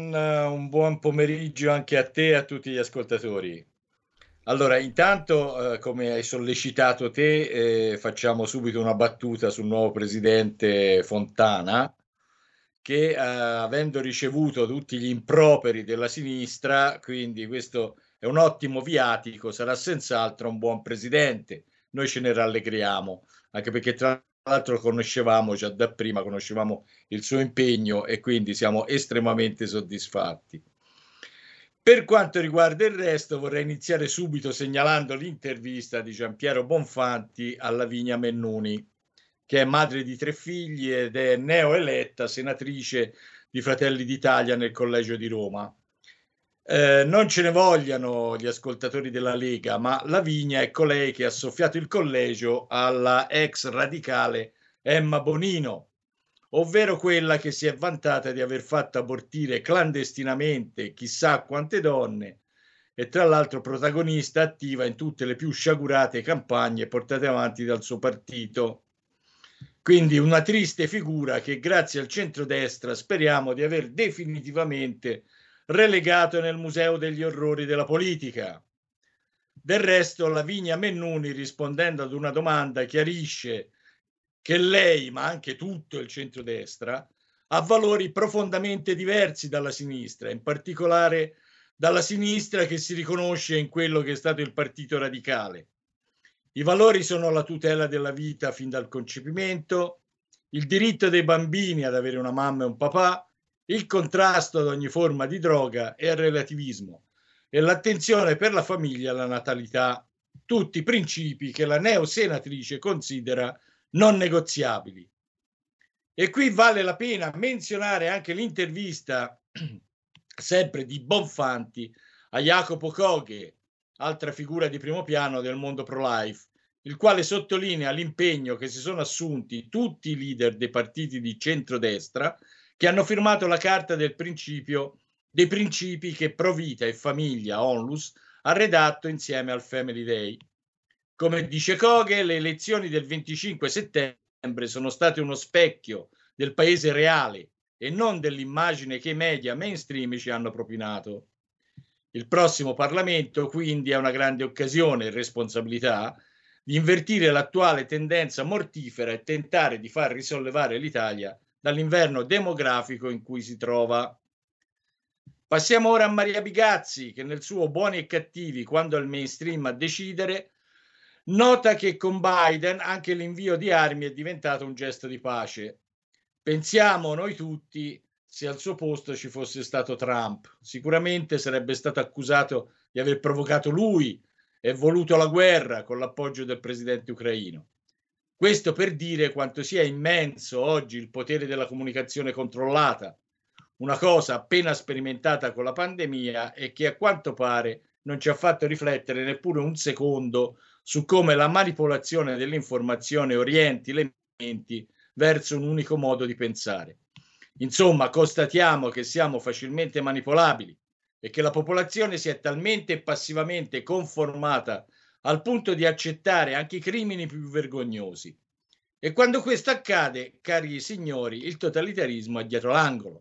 buon pomeriggio anche a te e a tutti gli ascoltatori. Allora, intanto, come hai sollecitato te, facciamo subito una battuta sul nuovo presidente Fontana, che avendo ricevuto tutti gli improperi della sinistra, quindi questo è un ottimo viatico, sarà senz'altro un buon presidente. Noi ce ne rallegriamo, anche perché tra l'altro conoscevamo già da prima, conoscevamo il suo impegno e quindi siamo estremamente soddisfatti. Per quanto riguarda il resto, vorrei iniziare subito segnalando l'intervista di Giampiero Bonfanti a Lavinia Mennuni, che è madre di 3 figli ed è neoeletta senatrice di Fratelli d'Italia nel Collegio di Roma. Non ce ne vogliano gli ascoltatori della Lega, ma Lavinia è colei che ha soffiato il collegio alla ex radicale Emma Bonino, ovvero quella che si è vantata di aver fatto abortire clandestinamente chissà quante donne e tra l'altro protagonista attiva in tutte le più sciagurate campagne portate avanti dal suo partito. Quindi una triste figura che grazie al centrodestra speriamo di aver definitivamente relegato nel museo degli orrori della politica. Del resto Lavinia Mennuni, rispondendo ad una domanda, chiarisce che lei, ma anche tutto il centrodestra, ha valori profondamente diversi dalla sinistra, in particolare dalla sinistra che si riconosce in quello che è stato il Partito Radicale. I valori sono la tutela della vita fin dal concepimento, il diritto dei bambini ad avere una mamma e un papà, il contrasto ad ogni forma di droga e al relativismo e l'attenzione per la famiglia e la natalità, tutti principi che la neosenatrice considera non negoziabili. E qui vale la pena menzionare anche l'intervista sempre di Bonfanti a Jacopo Coghe, altra figura di primo piano del mondo pro-life, il quale sottolinea l'impegno che si sono assunti tutti i leader dei partiti di centrodestra che hanno firmato la Carta dei principi che Pro Vita e Famiglia Onlus ha redatto insieme al Family Day. Come dice Coghe, le elezioni del 25 settembre sono state uno specchio del paese reale e non dell'immagine che i media mainstream ci hanno propinato. Il prossimo Parlamento quindi ha una grande occasione e responsabilità di invertire l'attuale tendenza mortifera e tentare di far risollevare l'Italia dall'inverno demografico in cui si trova. Passiamo ora a Maria Bigazzi, che nel suo Buoni e Cattivi, quando è il mainstream a decidere, nota che con Biden anche l'invio di armi è diventato un gesto di pace. Pensiamo noi tutti se al suo posto ci fosse stato Trump. Sicuramente sarebbe stato accusato di aver provocato lui e voluto la guerra con l'appoggio del presidente ucraino. Questo per dire quanto sia immenso oggi il potere della comunicazione controllata, una cosa appena sperimentata con la pandemia e che a quanto pare non ci ha fatto riflettere neppure un secondo su come la manipolazione dell'informazione orienti le menti verso un unico modo di pensare. Insomma, constatiamo che siamo facilmente manipolabili e che la popolazione si è talmente passivamente conformata al punto di accettare anche i crimini più vergognosi. E quando questo accade, cari signori, il totalitarismo è dietro l'angolo.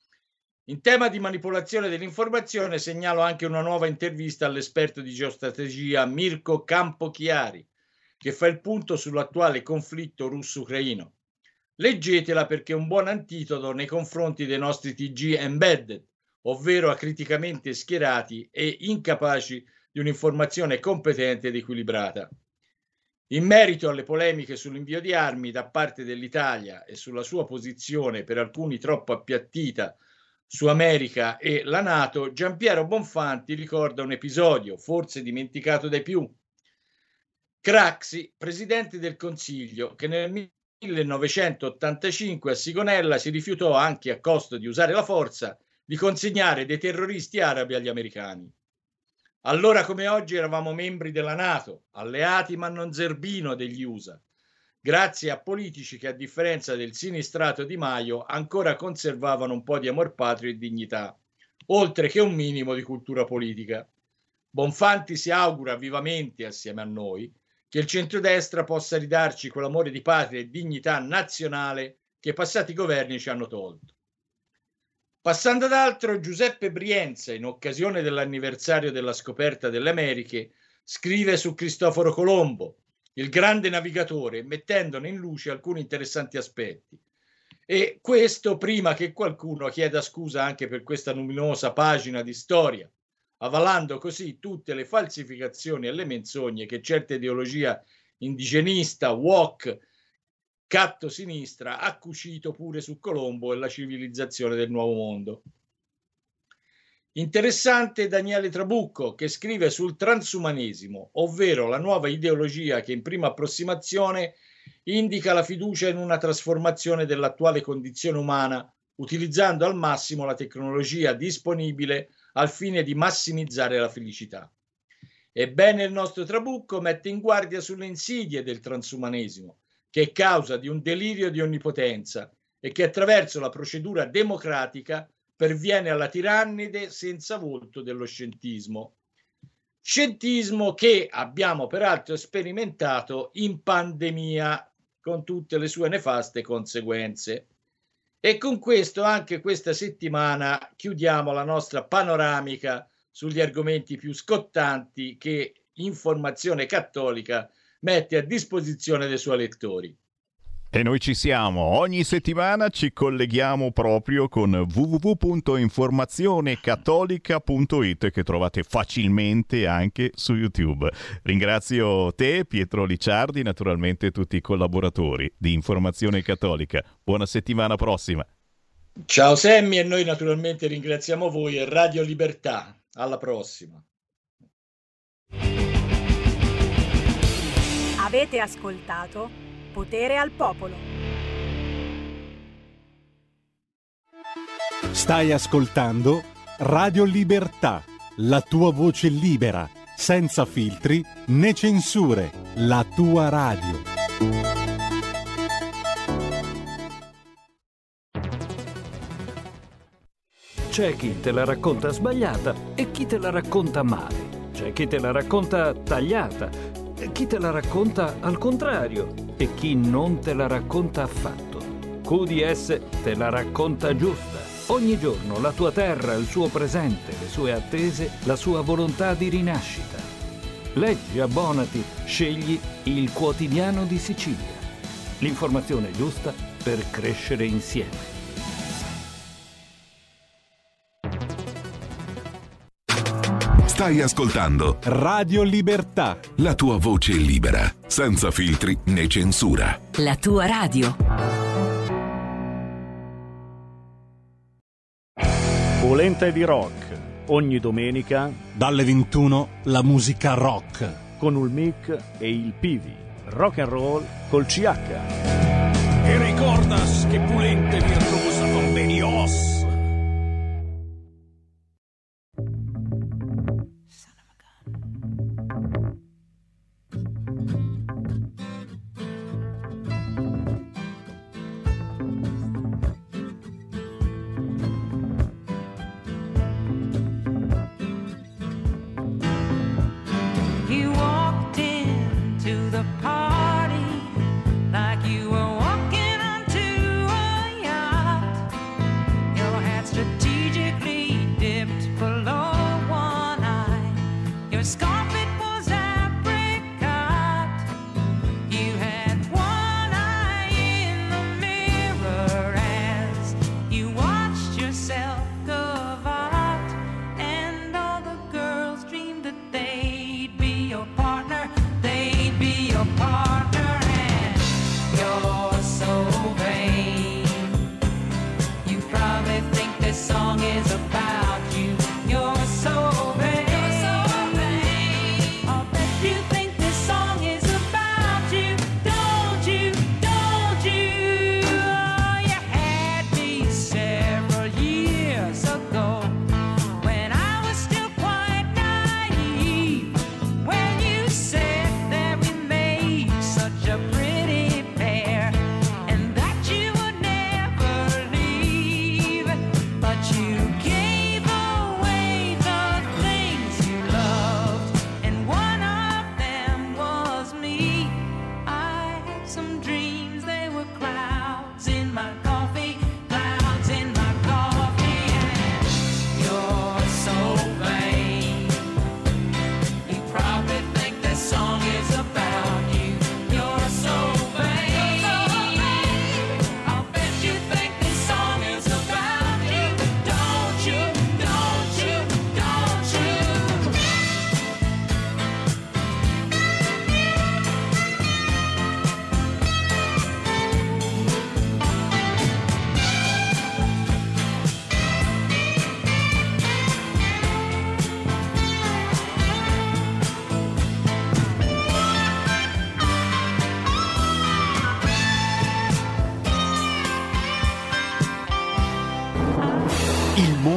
In tema di manipolazione dell'informazione segnalo anche una nuova intervista all'esperto di geostrategia Mirko Campochiari, che fa il punto sull'attuale conflitto russo-ucraino. Leggetela perché è un buon antidoto nei confronti dei nostri TG embedded, ovvero acriticamente schierati e incapaci di un'informazione competente ed equilibrata. In merito alle polemiche sull'invio di armi da parte dell'Italia e sulla sua posizione per alcuni troppo appiattita su America e la NATO, Giampiero Bonfanti ricorda un episodio, forse dimenticato dai più. Craxi, presidente del Consiglio, che nel 1985 a Sigonella si rifiutò, anche a costo di usare la forza, di consegnare dei terroristi arabi agli americani. Allora come oggi eravamo membri della NATO, alleati ma non zerbino degli USA, grazie a politici che a differenza del sinistrato Di Maio ancora conservavano un po' di amor patrio e dignità, oltre che un minimo di cultura politica. Bonfanti si augura vivamente, assieme a noi, che il centrodestra possa ridarci quell'amore di patria e dignità nazionale che passati governi ci hanno tolto. Passando ad altro, Giuseppe Brienza, in occasione dell'anniversario della scoperta delle Americhe, scrive su Cristoforo Colombo, il grande navigatore, mettendone in luce alcuni interessanti aspetti. E questo prima che qualcuno chieda scusa anche per questa luminosa pagina di storia, avvalando così tutte le falsificazioni e le menzogne che certa ideologia indigenista, woke, catto sinistra ha cucito pure su Colombo e la civilizzazione del nuovo mondo. Interessante Daniele Trabucco, che scrive sul transumanesimo, ovvero la nuova ideologia che in prima approssimazione indica la fiducia in una trasformazione dell'attuale condizione umana, utilizzando al massimo la tecnologia disponibile al fine di massimizzare la felicità. Ebbene, il nostro Trabucco mette in guardia sulle insidie del transumanesimo, che è causa di un delirio di onnipotenza e che attraverso la procedura democratica perviene alla tirannide senza volto dello scientismo. Scientismo che abbiamo peraltro sperimentato in pandemia con tutte le sue nefaste conseguenze. E con questo anche questa settimana chiudiamo la nostra panoramica sugli argomenti più scottanti che Informazione Cattolica mette a disposizione dei suoi lettori. E noi ci siamo, ogni settimana ci colleghiamo proprio con www.informazionecattolica.it, che trovate facilmente anche su YouTube. Ringrazio te, Pietro Licciardi, naturalmente tutti i collaboratori di Informazione Cattolica. Buona settimana prossima. Ciao Sammy, e noi naturalmente ringraziamo voi e Radio Libertà. Alla prossima. Avete ascoltato Potere al Popolo. Stai ascoltando Radio Libertà, la tua voce libera, senza filtri né censure, la tua radio. C'è chi te la racconta sbagliata e chi te la racconta male. C'è chi te la racconta tagliata, chi te la racconta al contrario e chi non te la racconta affatto. QDS te la racconta giusta. Ogni giorno la tua terra, il suo presente, le sue attese, la sua volontà di rinascita. Leggi, abbonati, scegli il Quotidiano di Sicilia. L'informazione giusta per crescere insieme. Stai ascoltando Radio Libertà, la tua voce libera, senza filtri né censura. La tua radio. Polenta di rock, ogni domenica dalle 21 la musica rock con il Mic e il Pivi. Rock and roll col CH. E ricordas che Pulente virtuosa convenios. Like you were walking onto a yacht. Your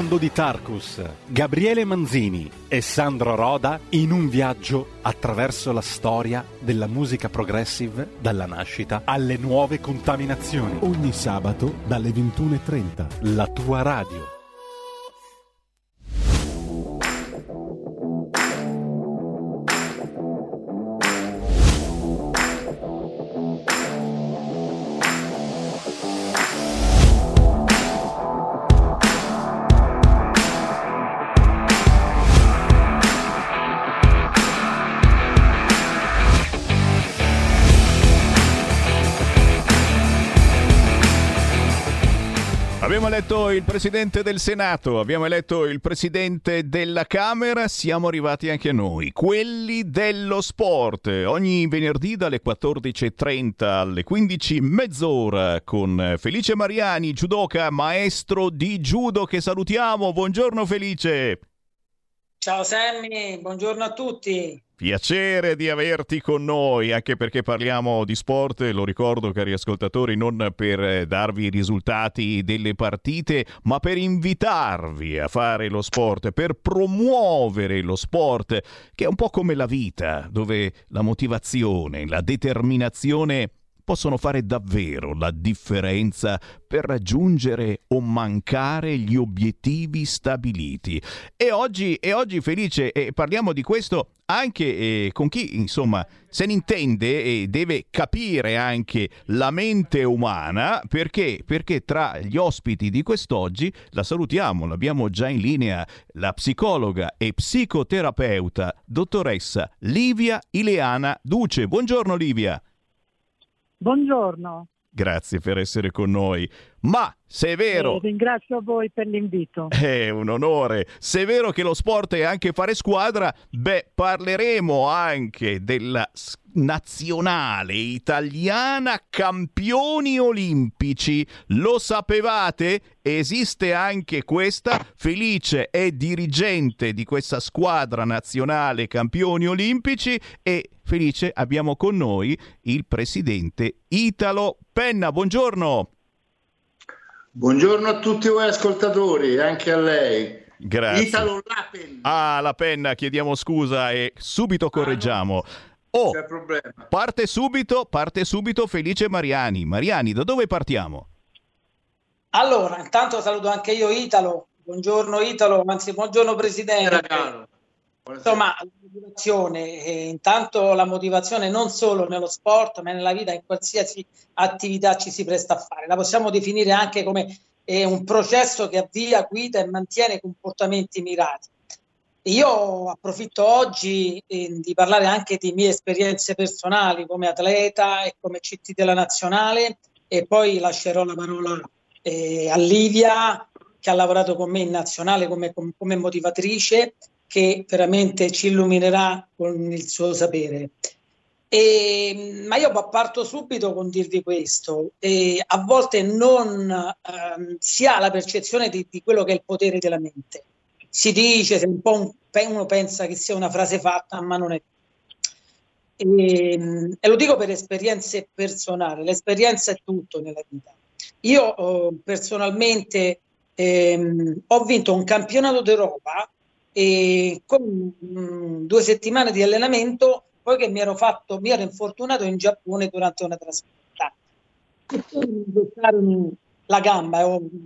mondo di Tarkus, Gabriele Manzini e Sandro Roda in un viaggio attraverso la storia della musica progressive dalla nascita alle nuove contaminazioni. Ogni sabato dalle 21:30. La tua radio. Abbiamo eletto il Presidente del Senato, abbiamo eletto il Presidente della Camera, siamo arrivati anche noi, quelli dello sport. Ogni venerdì dalle 14:30 alle 15, mezz'ora, con Felice Mariani, judoka, maestro di judo, che salutiamo. Buongiorno Felice. Ciao Sammy, buongiorno a tutti. Piacere di averti con noi, anche perché parliamo di sport, lo ricordo cari ascoltatori, non per darvi i risultati delle partite, ma per invitarvi a fare lo sport, per promuovere lo sport, che è un po' come la vita, dove la motivazione, la determinazione possono fare davvero la differenza per raggiungere o mancare gli obiettivi stabiliti. E oggi Felice, parliamo di questo anche con chi insomma se ne intende e deve capire anche la mente umana, perché tra gli ospiti di quest'oggi la salutiamo, l'abbiamo già in linea, la psicologa e psicoterapeuta dottoressa Livia Ileana Duce. Buongiorno Livia. Buongiorno. Grazie per essere con noi. Ma se è vero... ringrazio a voi per l'invito. È un onore. Se è vero che lo sport è anche fare squadra, parleremo anche della nazionale italiana campioni olimpici. Lo sapevate? Esiste anche questa. Felice è dirigente di questa squadra nazionale campioni olimpici e Felice abbiamo con noi il presidente Italo Penna. Buongiorno. Buongiorno a tutti voi ascoltatori, anche a lei. Grazie. Italo Penna. La Penna, chiediamo scusa e subito correggiamo. C'è problema. Parte subito Felice Mariani. Mariani, da dove partiamo? Allora, intanto saluto anche io Italo. Buongiorno Italo, anzi buongiorno Presidente. Insomma, la motivazione, intanto la motivazione non solo nello sport, ma nella vita, in qualsiasi attività ci si presta a fare. La possiamo definire anche come un processo che avvia, guida e mantiene comportamenti mirati. Io approfitto oggi di parlare anche di mie esperienze personali come atleta e come CT della nazionale, e poi lascerò la parola a Livia, che ha lavorato con me in nazionale come motivatrice, che veramente ci illuminerà con il suo sapere. Ma io parto subito con dirvi questo. A volte non si ha la percezione di quello che è il potere della mente. Si dice, uno pensa che sia una frase fatta, ma non è. E lo dico per esperienze personali. L'esperienza è tutto nella vita. Io personalmente ho vinto un campionato d'Europa e con 2 settimane di allenamento, poi che mi ero infortunato in Giappone durante una trasferta e poi mi bloccarono la gamba.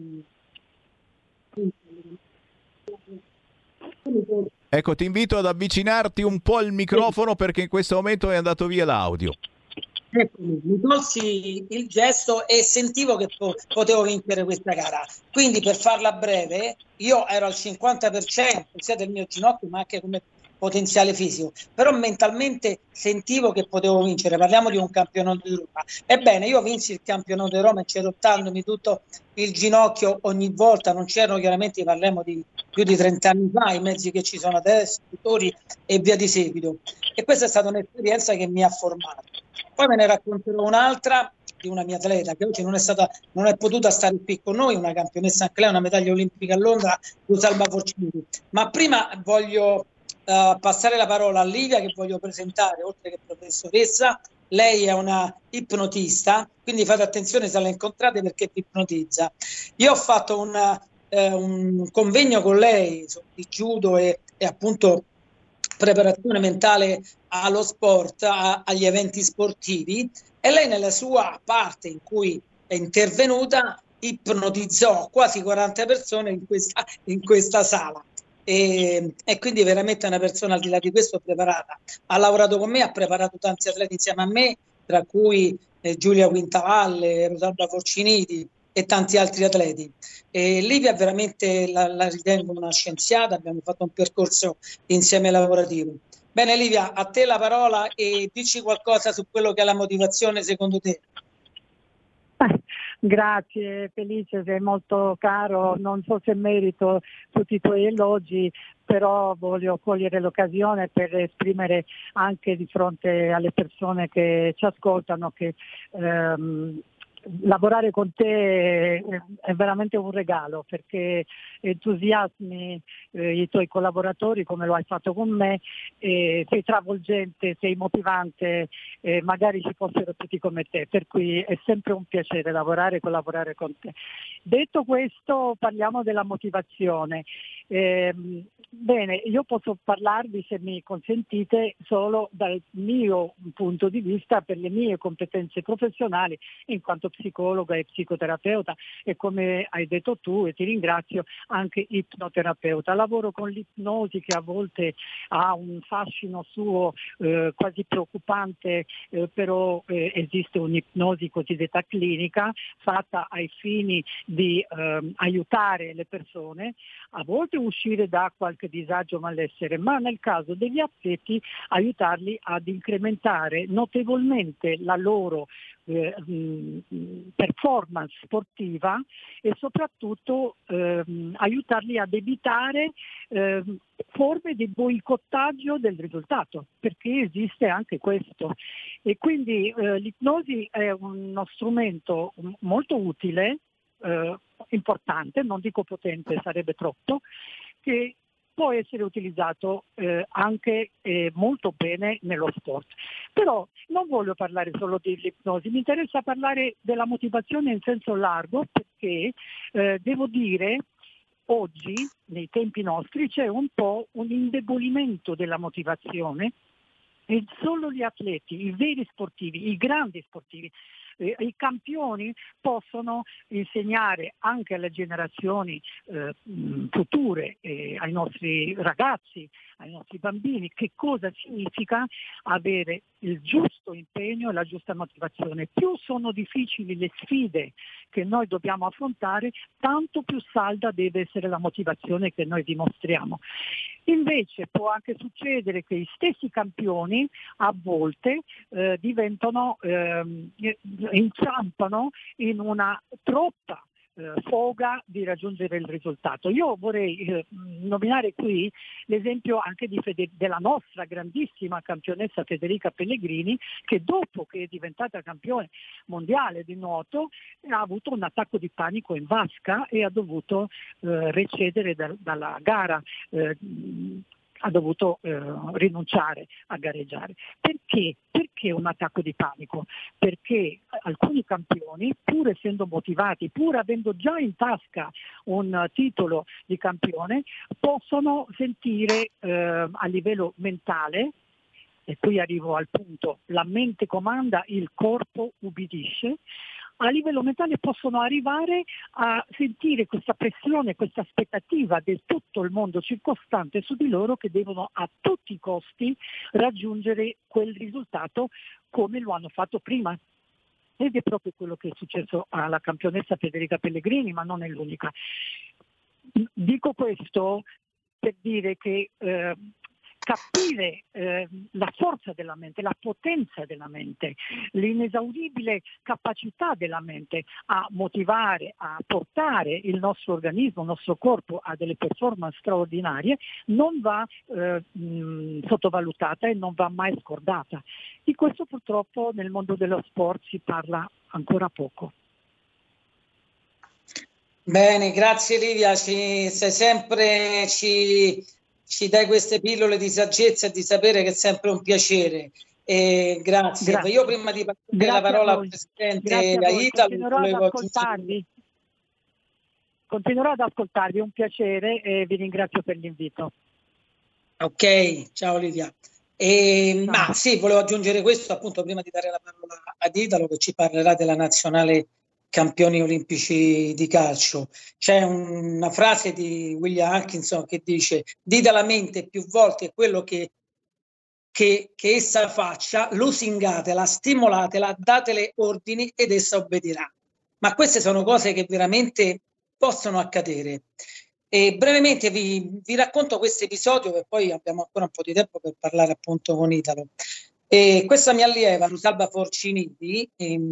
Ecco, ti invito ad avvicinarti un po' il microfono perché in questo momento è andato via l'audio. Eccomi, mi tolsi il gesto e sentivo che potevo vincere questa gara. Quindi, per farla breve, io ero al 50% sia del mio ginocchio ma anche come potenziale fisico, però mentalmente sentivo che potevo vincere. Parliamo di un campionato d'Europa. Ebbene, io vinsi il campionato d'Europa incerottandomi tutto il ginocchio ogni volta. Non c'erano, chiaramente parliamo di più di 30 anni fa, i mezzi che ci sono adesso, tutori e via di seguito. E questa è stata un'esperienza che mi ha formato. Poi ve ne racconterò un'altra di una mia atleta che oggi non è potuta stare qui con noi, una campionessa anche lei, una medaglia olimpica a Londra, Rosalba Forcini. Ma prima voglio passare la parola a Livia, che voglio presentare, oltre che professoressa. Lei è una ipnotista, quindi fate attenzione se la incontrate perché vi ipnotizza. Io ho fatto un convegno con lei di judo e appunto preparazione mentale allo sport, agli eventi sportivi, e lei nella sua parte in cui è intervenuta ipnotizzò quasi 40 persone in questa sala. E quindi veramente una persona, al di là di questo, preparata. Ha lavorato con me, ha preparato tanti atleti insieme a me, tra cui Giulia Quintavalle, Rosalba Forciniti e tanti altri atleti. Livia veramente la ritengo una scienziata, abbiamo fatto un percorso insieme lavorativo. Bene Livia, a te la parola e dici qualcosa su quello che è la motivazione secondo te. Grazie Felice, sei molto caro, non so se merito tutti i tuoi elogi, però voglio cogliere l'occasione per esprimere anche di fronte alle persone che ci ascoltano che lavorare con te è veramente un regalo, perché entusiasmi i tuoi collaboratori come lo hai fatto con me, sei travolgente, sei motivante, magari ci fossero tutti come te, per cui è sempre un piacere lavorare e collaborare con te. Detto questo, parliamo della motivazione. Bene, io posso parlarvi, se mi consentite, solo dal mio punto di vista, per le mie competenze professionali in quanto psicologa e psicoterapeuta e, come hai detto tu, e ti ringrazio, anche ipnoterapeuta. Lavoro con l'ipnosi, che a volte ha un fascino suo quasi preoccupante, però esiste un'ipnosi cosiddetta clinica fatta ai fini di aiutare le persone, a volte uscire da qualche disagio, malessere, ma nel caso degli atleti aiutarli ad incrementare notevolmente la loro performance sportiva e soprattutto aiutarli ad evitare forme di boicottaggio del risultato, perché esiste anche questo. E quindi l'ipnosi è uno strumento molto utile, importante, non dico potente, sarebbe troppo, che può essere utilizzato anche molto bene nello sport. Però non voglio parlare solo dell'ipnosi, mi interessa parlare della motivazione in senso largo, perché devo dire oggi, nei tempi nostri, c'è un po' un indebolimento della motivazione e solo gli atleti, i veri sportivi, i grandi sportivi, i campioni possono insegnare anche alle generazioni future, ai nostri ragazzi, ai nostri bambini, che cosa significa avere il giusto impegno e la giusta motivazione. Più sono difficili le sfide che noi dobbiamo affrontare, tanto più salda deve essere la motivazione che noi dimostriamo. Invece può anche succedere che gli stessi campioni a volte inciampano in una troppa foga di raggiungere il risultato. Io vorrei nominare qui l'esempio anche della nostra grandissima campionessa Federica Pellegrini, che dopo che è diventata campione mondiale di nuoto ha avuto un attacco di panico in vasca e ha dovuto recedere dalla gara, ha dovuto rinunciare a gareggiare. Perché? Perché un attacco di panico? Perché alcuni campioni, pur essendo motivati, pur avendo già in tasca un titolo di campione, possono sentire a livello mentale, e qui arrivo al punto, la mente comanda, il corpo ubbidisce, a livello mentale possono arrivare a sentire questa pressione, questa aspettativa di tutto il mondo circostante su di loro, che devono a tutti i costi raggiungere quel risultato come lo hanno fatto prima. Ed è proprio quello che è successo alla campionessa Federica Pellegrini, ma non è l'unica. Dico questo per dire che capire la forza della mente, la potenza della mente, l'inesauribile capacità della mente a motivare, a portare il nostro organismo, il nostro corpo a delle performance straordinarie, non va sottovalutata e non va mai scordata. Di questo purtroppo nel mondo dello sport si parla ancora poco. Bene, grazie Livia, ci dai queste pillole di saggezza e di sapere che è sempre un piacere. Grazie. Io prima di passare la parola al Presidente Italo, volevo aggiungere... continuerò ad ascoltarvi, è un piacere e vi ringrazio per l'invito. Ok, ciao Livia. Ma sì, volevo aggiungere questo appunto prima di dare la parola ad Italo, che ci parlerà della nazionale campioni olimpici di calcio. C'è una frase di William Atkinson che dice: dite alla mente più volte quello che essa faccia, lusingatela, stimolatela, datele ordini ed essa obbedirà. Ma queste sono cose che veramente possono accadere. E brevemente vi racconto questo episodio, che poi abbiamo ancora un po' di tempo per parlare appunto con Italo. Questa mia allieva, Rosalba Forciniti,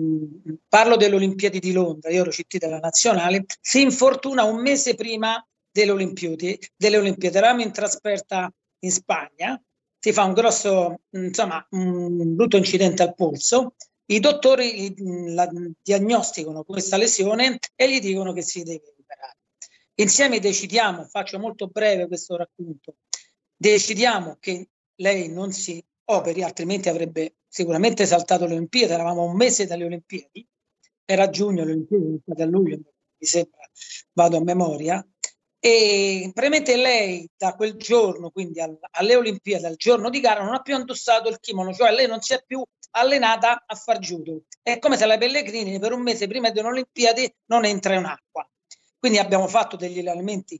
parlo delle Olimpiadi di Londra, io ero CT della nazionale, si infortuna un mese prima delle Olimpiadi. Eravamo in trasferta in Spagna, si fa un grosso, un brutto incidente al polso, i dottori la diagnosticano questa lesione e gli dicono che si deve operare. Insieme decidiamo, faccio molto breve questo racconto, decidiamo che lei non si operi, altrimenti avrebbe sicuramente saltato le Olimpiadi. Eravamo un mese dalle Olimpiadi, era giugno, le Olimpiadi sono state a luglio, mi sembra, vado a memoria, e praticamente lei da quel giorno, quindi alle Olimpiadi, al giorno di gara, non ha più indossato il kimono, cioè lei non si è più allenata a far judo. È come se la Pellegrini per un mese prima delle Olimpiadi non entra in acqua. Quindi abbiamo fatto degli allenamenti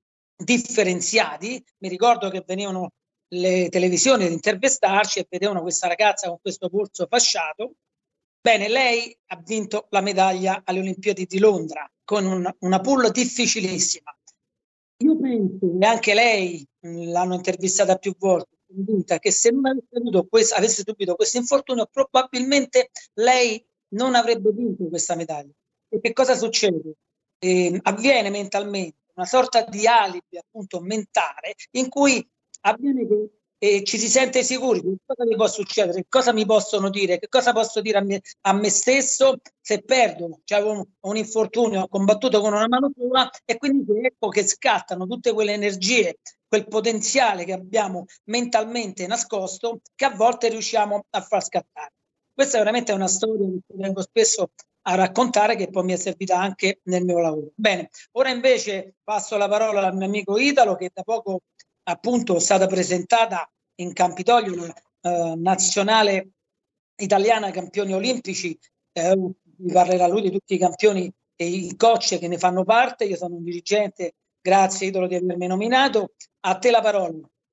differenziati. Mi ricordo che venivano le televisioni ad intervistarci e vedevano questa ragazza con questo polso fasciato. Bene, lei ha vinto la medaglia alle Olimpiadi di Londra con una pool difficilissima. Io penso che anche lei, l'hanno intervistata più volte, convinta che se non avesse subito questo infortunio, probabilmente lei non avrebbe vinto questa medaglia. E che cosa succede? Avviene mentalmente una sorta di alibi appunto mentale, in cui avviene che ci si sente sicuri di cosa mi può succedere, cosa mi possono dire, che cosa posso dire a me stesso se perdo, cioè un infortunio, ho combattuto con una mano sola, e quindi ecco che scattano tutte quelle energie, quel potenziale che abbiamo mentalmente nascosto, che a volte riusciamo a far scattare. Questa è veramente una storia che vengo spesso a raccontare, che poi mi è servita anche nel mio lavoro. Bene, ora invece passo la parola al mio amico Italo, che da poco appunto è stata presentata in Campidoglio la nazionale italiana campioni olimpici. Vi parlerà lui di tutti i campioni e i coach che ne fanno parte. Io sono un dirigente, grazie Italo di avermi nominato. A te la parola.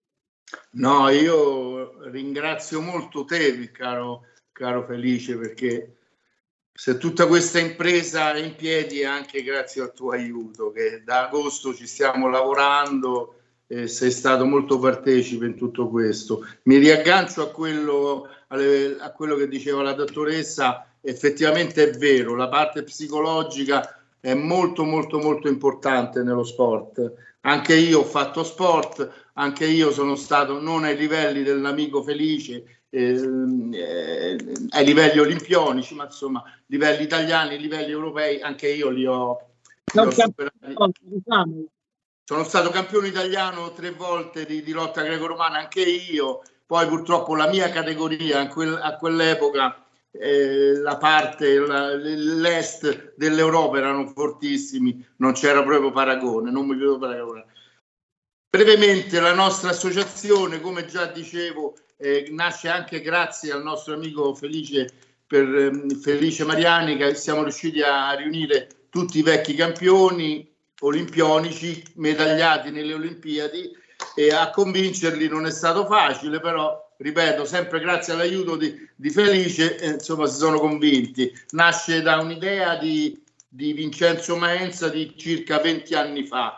No, io ringrazio molto te, caro Felice, perché se tutta questa impresa è in piedi è anche grazie al tuo aiuto, che da agosto ci stiamo lavorando. Sei stato molto partecipe in tutto questo. Mi riaggancio a quello che diceva la dottoressa. Effettivamente è vero, la parte psicologica è molto molto molto importante nello sport. Anche io ho fatto sport, anche io sono stato non ai livelli dell'amico Felice, ai livelli olimpionici, ma insomma livelli italiani, livelli europei, anche io li ho superati. Sono stato campione italiano 3 volte di lotta greco-romana, anche io. Poi purtroppo la mia categoria a quell'epoca, la parte, l'est dell'Europa erano fortissimi, non c'era proprio paragone, non mi vedo paragone. Brevemente, la nostra associazione, come già dicevo, nasce anche grazie al nostro amico Felice Mariani, che siamo riusciti a riunire tutti i vecchi campioni olimpionici medagliati nelle Olimpiadi, e a convincerli non è stato facile, però ripeto, sempre grazie all'aiuto di Felice, insomma si sono convinti. Nasce da un'idea di Vincenzo Maenza di circa 20 anni fa.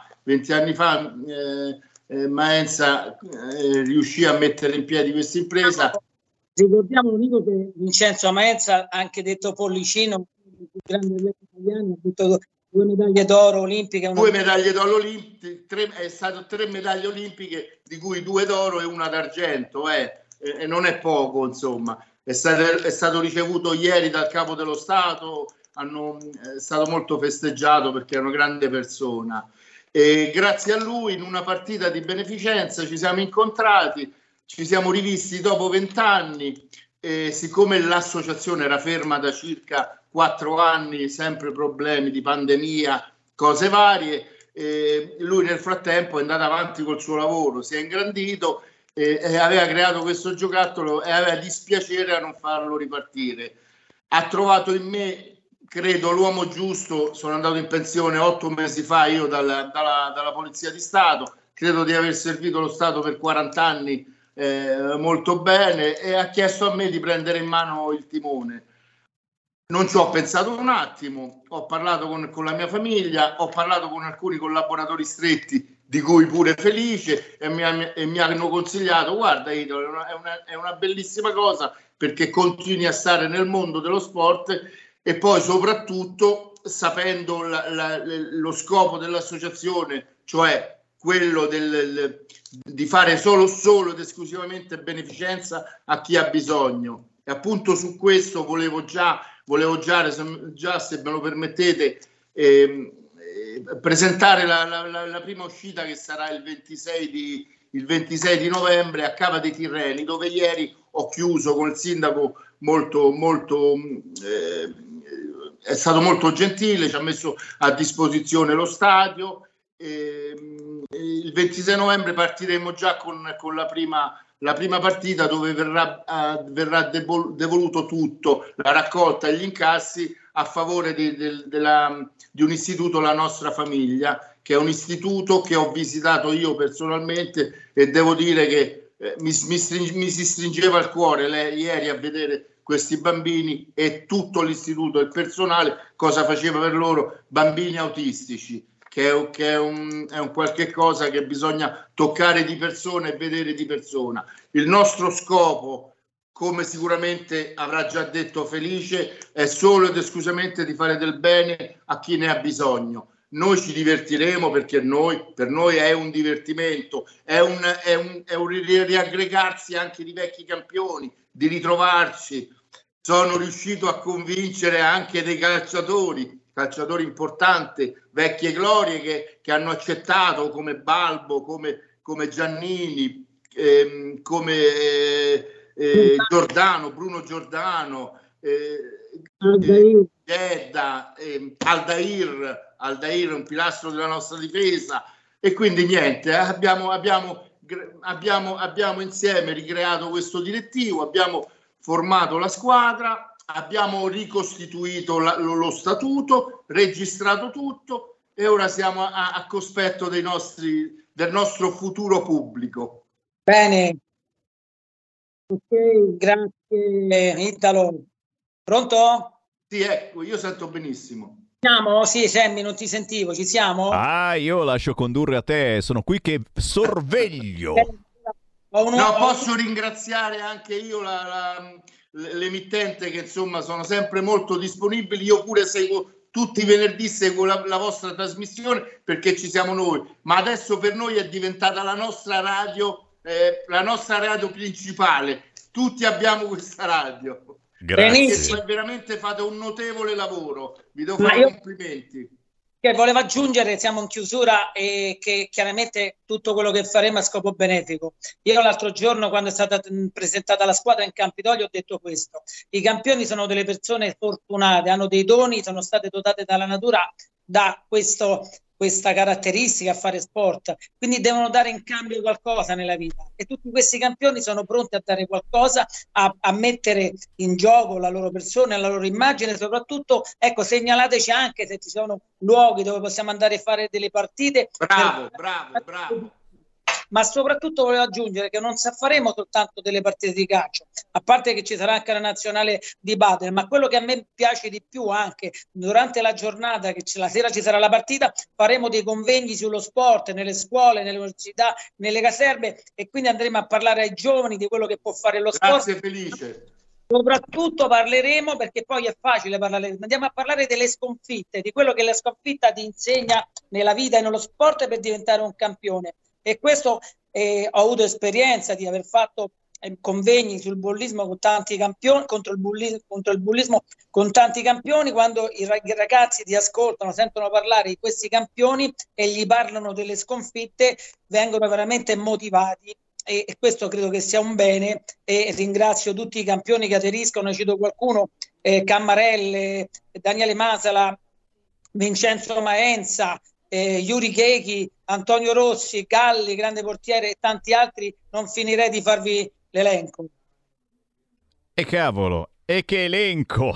Maenza riuscì a mettere in piedi questa impresa. Ricordiamo l'unico che Vincenzo Maenza, anche detto Pollicino, il più grande atleta italiano, ha avuto 2 medaglie d'oro olimpiche. 2 medaglie d'oro olimpiche, è stato 3 medaglie olimpiche, di cui 2 d'oro e 1 d'argento, e non è poco, insomma. È stato ricevuto ieri dal capo dello Stato, è stato molto festeggiato perché è una grande persona. E grazie a lui, in una partita di beneficenza, ci siamo incontrati, ci siamo rivisti dopo 20 anni, e siccome l'associazione era ferma da circa 4 anni, sempre problemi di pandemia cose varie. Lui nel frattempo è andato avanti col suo lavoro, si è ingrandito e aveva creato questo giocattolo e aveva dispiacere a non farlo ripartire. Ha trovato in me, credo, l'uomo giusto. Sono andato in pensione 8 mesi fa io dalla Polizia di Stato, credo di aver servito lo Stato per 40 anni molto bene, e ha chiesto a me di prendere in mano il timone. Non ci ho pensato un attimo, ho parlato con la mia famiglia, ho parlato con alcuni collaboratori stretti, di cui pure felice, e mi hanno consigliato: guarda Italo, è una bellissima cosa, perché continui a stare nel mondo dello sport, e poi soprattutto sapendo lo scopo dell'associazione, cioè quello di fare solo ed esclusivamente beneficenza a chi ha bisogno. E appunto su questo volevo già, se me lo permettete, presentare la prima uscita, che sarà il 26 di novembre a Cava dei Tirreni, dove ieri ho chiuso con il sindaco è stato molto gentile, ci ha messo a disposizione lo stadio. Il 26 novembre partiremo già con la prima partita, dove verrà devoluto tutto, la raccolta e gli incassi, a favore di un istituto, La Nostra Famiglia, che è un istituto che ho visitato io personalmente, e devo dire che mi si stringeva il cuore ieri a vedere questi bambini e tutto l'istituto, il personale, cosa faceva per loro. Bambini autistici, che è un qualche cosa che bisogna toccare di persona e vedere di persona. Il nostro scopo, come sicuramente avrà già detto Felice, è solo ed esclusivamente di fare del bene a chi ne ha bisogno. Noi ci divertiremo, perché per noi è un divertimento, è un riaggregarsi anche di vecchi campioni, di ritrovarci. Sono riuscito a convincere anche dei calciatori importanti, vecchie glorie che hanno accettato, come Balbo, come Giannini, come Giordano, Bruno Giordano, Gedda, Aldair, un pilastro della nostra difesa. E quindi niente, abbiamo insieme ricreato questo direttivo, abbiamo formato la squadra, abbiamo ricostituito lo statuto, registrato tutto, e ora siamo a cospetto del nostro futuro pubblico. Bene. Ok, grazie Italo. Pronto? Sì, ecco, io sento benissimo. Siamo? Sì, Sammy, non ti sentivo, ci siamo? Io lascio condurre a te, sono qui che sorveglio. Posso ringraziare anche io l'emittente, che insomma sono sempre molto disponibili. Io pure seguo tutti i venerdì, seguo la vostra trasmissione, perché ci siamo noi, ma adesso per noi è diventata la nostra radio principale. Tutti abbiamo questa radio. Grazie. Veramente fate un notevole lavoro, vi devo fare complimenti. Che volevo aggiungere, siamo in chiusura, e che chiaramente tutto quello che faremo è a scopo benefico. Io l'altro giorno, quando è stata presentata la squadra in Campidoglio, ho detto questo: i campioni sono delle persone fortunate, hanno dei doni, sono state dotate dalla natura da questa caratteristica a fare sport, quindi devono dare in cambio qualcosa nella vita, e tutti questi campioni sono pronti a dare qualcosa, a mettere in gioco la loro persona, la loro immagine. Soprattutto, ecco, segnalateci anche se ci sono luoghi dove possiamo andare a fare delle partite. Bravo. Ma soprattutto volevo aggiungere che non faremo soltanto delle partite di calcio, a parte che ci sarà anche la nazionale di padel, ma quello che a me piace di più, anche durante la giornata, che la sera ci sarà la partita, faremo dei convegni sullo sport nelle scuole, nelle università, nelle caserme, e quindi andremo a parlare ai giovani di quello che può fare lo sport. Grazie Felice. Soprattutto parleremo, perché poi è facile parlare, andiamo a parlare delle sconfitte, di quello che la sconfitta ti insegna nella vita e nello sport per diventare un campione. E questo ho avuto esperienza di aver fatto convegni sul bullismo con tanti campioni, contro il bullismo con tanti campioni. Quando i ragazzi ti ascoltano, sentono parlare di questi campioni e gli parlano delle sconfitte, vengono veramente motivati, e questo credo che sia un bene. E ringrazio tutti i campioni che aderiscono, cito qualcuno, Cammarelle, Daniele Masala, Vincenzo Maenza, Yuri Chechi, Antonio Rossi, Galli, grande portiere, e tanti altri, non finirei di farvi l'elenco. E cavolo, e che elenco,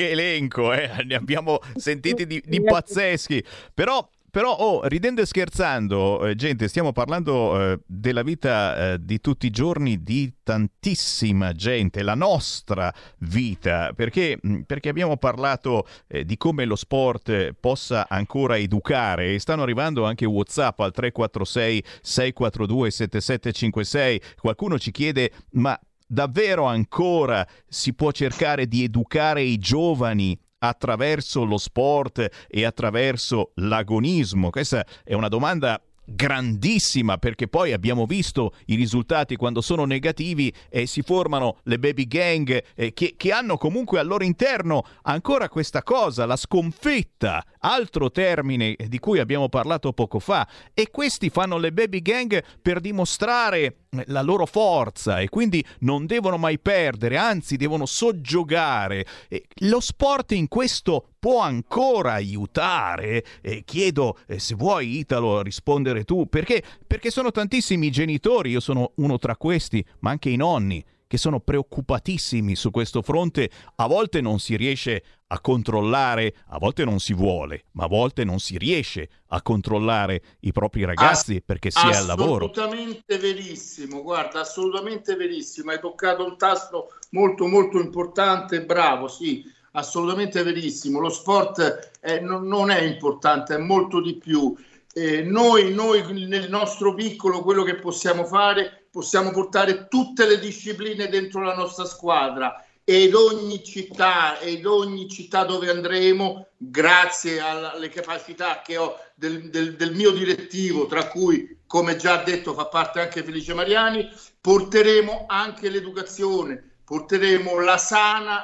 ne abbiamo sentiti di pazzeschi, però ridendo e scherzando, gente, stiamo parlando della vita di tutti i giorni di tantissima gente, la nostra vita, perché abbiamo parlato di come lo sport possa ancora educare, e stanno arrivando anche WhatsApp al 346 642 7756. Qualcuno ci chiede: ma davvero ancora si può cercare di educare i giovani attraverso lo sport e attraverso l'agonismo? Questa è una domanda grandissima, perché poi abbiamo visto i risultati quando sono negativi e si formano le baby gang che hanno comunque al loro interno ancora questa cosa, la sconfitta, altro termine di cui abbiamo parlato poco fa, e questi fanno le baby gang per dimostrare la loro forza e quindi non devono mai perdere, anzi devono soggiogare. Lo sport in questo può ancora aiutare? Chiedo, se vuoi Italo rispondere tu, perché sono tantissimi i genitori, io sono uno tra questi, ma anche i nonni, che sono preoccupatissimi su questo fronte. A volte non si riesce a controllare, a volte non si vuole, ma a volte non si riesce a controllare i propri ragazzi perché si è al lavoro. Assolutamente verissimo, guarda, assolutamente verissimo. Hai toccato un tasto molto molto importante, bravo, sì, assolutamente verissimo. Lo sport non è importante, è molto di più. Noi nel nostro piccolo, quello che possiamo fare, possiamo portare tutte le discipline dentro la nostra squadra, ed ogni città dove andremo, grazie alle capacità che ho del mio direttivo, tra cui, come già detto, fa parte anche Felice Mariani, porteremo anche l'educazione, porteremo la sana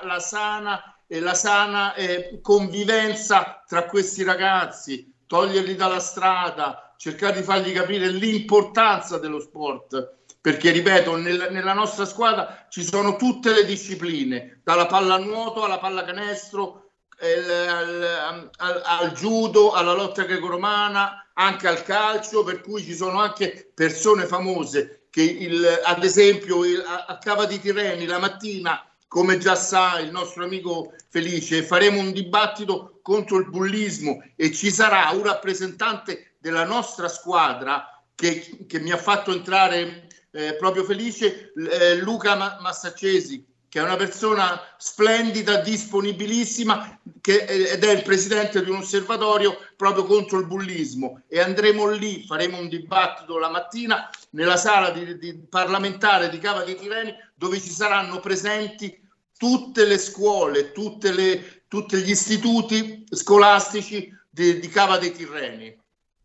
convivenza tra questi ragazzi, toglierli dalla strada, cercare di fargli capire l'importanza dello sport, perché ripeto, nella nostra squadra ci sono tutte le discipline, dalla pallanuoto alla pallacanestro, al judo, alla lotta greco-romana, anche al calcio, per cui ci sono anche persone famose che ad esempio a Cava di Tirreni la mattina, come già sa il nostro amico Felice, faremo un dibattito contro il bullismo e ci sarà un rappresentante della nostra squadra che mi ha fatto entrare proprio Felice, Luca Massaccesi, che è una persona splendida, disponibilissima, ed è il presidente di un osservatorio proprio contro il bullismo, e andremo lì, faremo un dibattito la mattina nella sala di parlamentare di Cava dei Tirreni, dove ci saranno presenti tutte le scuole, tutti gli istituti scolastici di Cava dei Tirreni.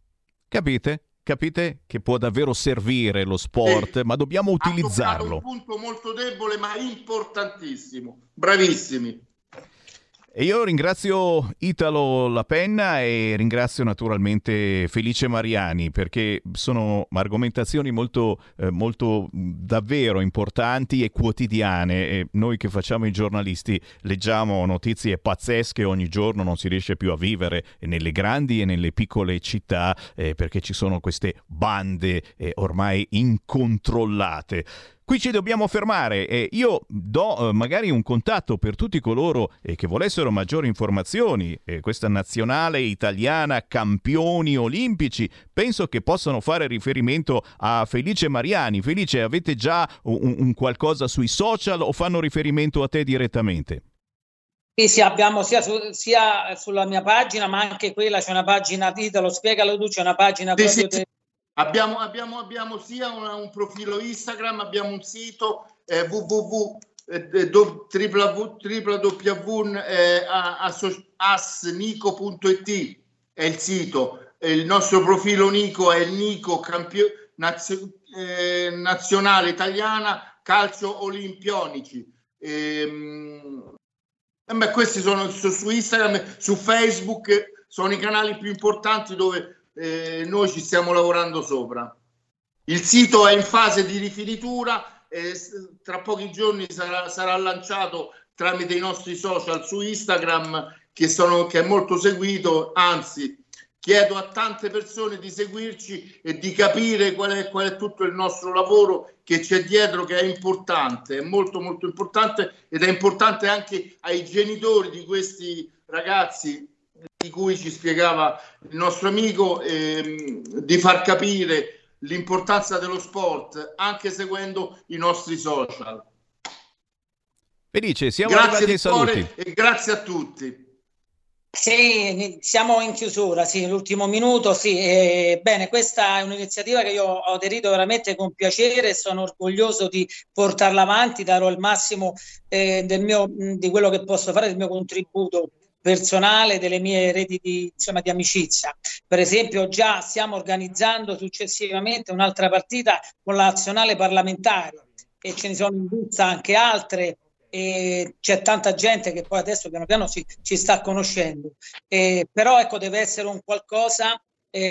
Capite che può davvero servire lo sport, ma dobbiamo utilizzarlo. Ha un punto molto debole, ma importantissimo. Bravissimi. E io ringrazio Italo La Penna e ringrazio naturalmente Felice Mariani, perché sono argomentazioni molto davvero importanti e quotidiane. E noi che facciamo i giornalisti leggiamo notizie pazzesche ogni giorno, non si riesce più a vivere nelle grandi e nelle piccole città perché ci sono queste bande ormai incontrollate. Qui ci dobbiamo fermare e io do magari un contatto per tutti coloro che volessero maggiori informazioni. Questa nazionale italiana campioni olimpici, penso che possano fare riferimento a Felice Mariani. Felice, avete già un qualcosa sui social o fanno riferimento a te direttamente? Sì, abbiamo sia sulla mia pagina, ma anche quella, c'è una pagina, Italo, spiegalo tu, c'è una pagina proprio sì. Abbiamo sia un profilo Instagram, abbiamo un sito www.asnico.it è il sito, il nostro profilo Nico è Nico Nazionale Italiana Calcio Olimpionici. Questi sono su Instagram, su Facebook, sono i canali più importanti dove noi ci stiamo lavorando sopra. Il sito è in fase di rifinitura, tra pochi giorni sarà lanciato tramite i nostri social su Instagram, che è molto seguito, anzi chiedo a tante persone di seguirci e di capire qual è tutto il nostro lavoro che c'è dietro, che è importante, è molto molto importante, ed è importante anche ai genitori di questi ragazzi di cui ci spiegava il nostro amico, di far capire l'importanza dello sport anche seguendo i nostri social. Felice, siamo arrivati ai saluti. E grazie a tutti. Sì, siamo in chiusura, sì, l'ultimo minuto, sì. Bene, questa è un'iniziativa che io ho aderito veramente con piacere e sono orgoglioso di portarla avanti, darò il massimo di quello che posso fare, del mio contributo personale, delle mie reti di amicizia. Per esempio già stiamo organizzando successivamente un'altra partita con la nazionale parlamentare e ce ne sono in vista anche altre. E c'è tanta gente che poi adesso piano piano ci sta conoscendo, però ecco, deve essere un qualcosa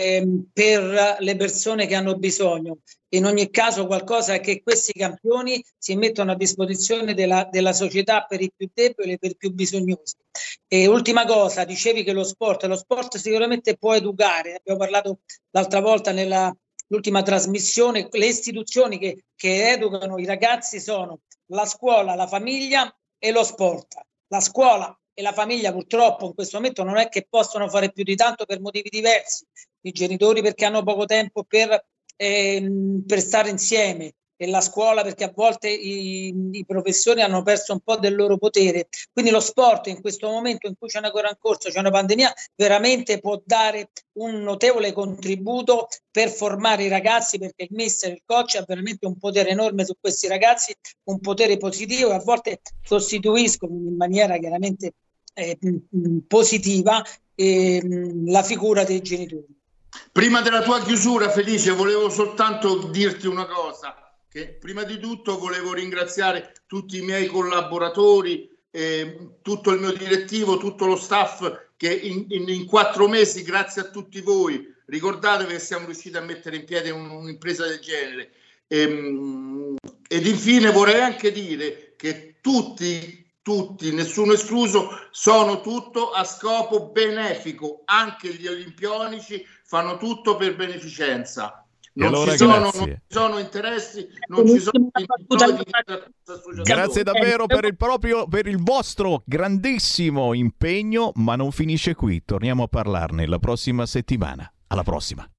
per le persone che hanno bisogno, in ogni caso qualcosa che questi campioni si mettono a disposizione della società per i più deboli e per i più bisognosi. E ultima cosa, dicevi che lo sport sicuramente può educare, abbiamo parlato l'altra volta nell'ultima trasmissione, le istituzioni che educano i ragazzi sono la scuola, la famiglia e lo sport. La scuola e la famiglia purtroppo in questo momento non è che possono fare più di tanto per motivi diversi, i genitori perché hanno poco tempo per stare insieme, e la scuola perché a volte i professori hanno perso un po' del loro potere. Quindi lo sport in questo momento in cui c'è una guerra in corso, c'è una pandemia, veramente può dare un notevole contributo per formare i ragazzi, perché il mister, il coach ha veramente un potere enorme su questi ragazzi, un potere positivo, e a volte sostituiscono in maniera chiaramente positiva la figura dei genitori. Prima della tua chiusura, Felice, volevo soltanto dirti una cosa, che prima di tutto volevo ringraziare tutti i miei collaboratori, tutto il mio direttivo, tutto lo staff che in 4 mesi, grazie a tutti voi, ricordatevi che siamo riusciti a mettere in piedi un'impresa del genere. Ed infine vorrei anche dire che tutti, nessuno escluso, sono tutto a scopo benefico, anche gli olimpionici fanno tutto per beneficenza. Non ci sono interessi, non ci sono Grazie davvero per il vostro grandissimo impegno, ma non finisce qui, torniamo a parlarne la prossima settimana. Alla prossima.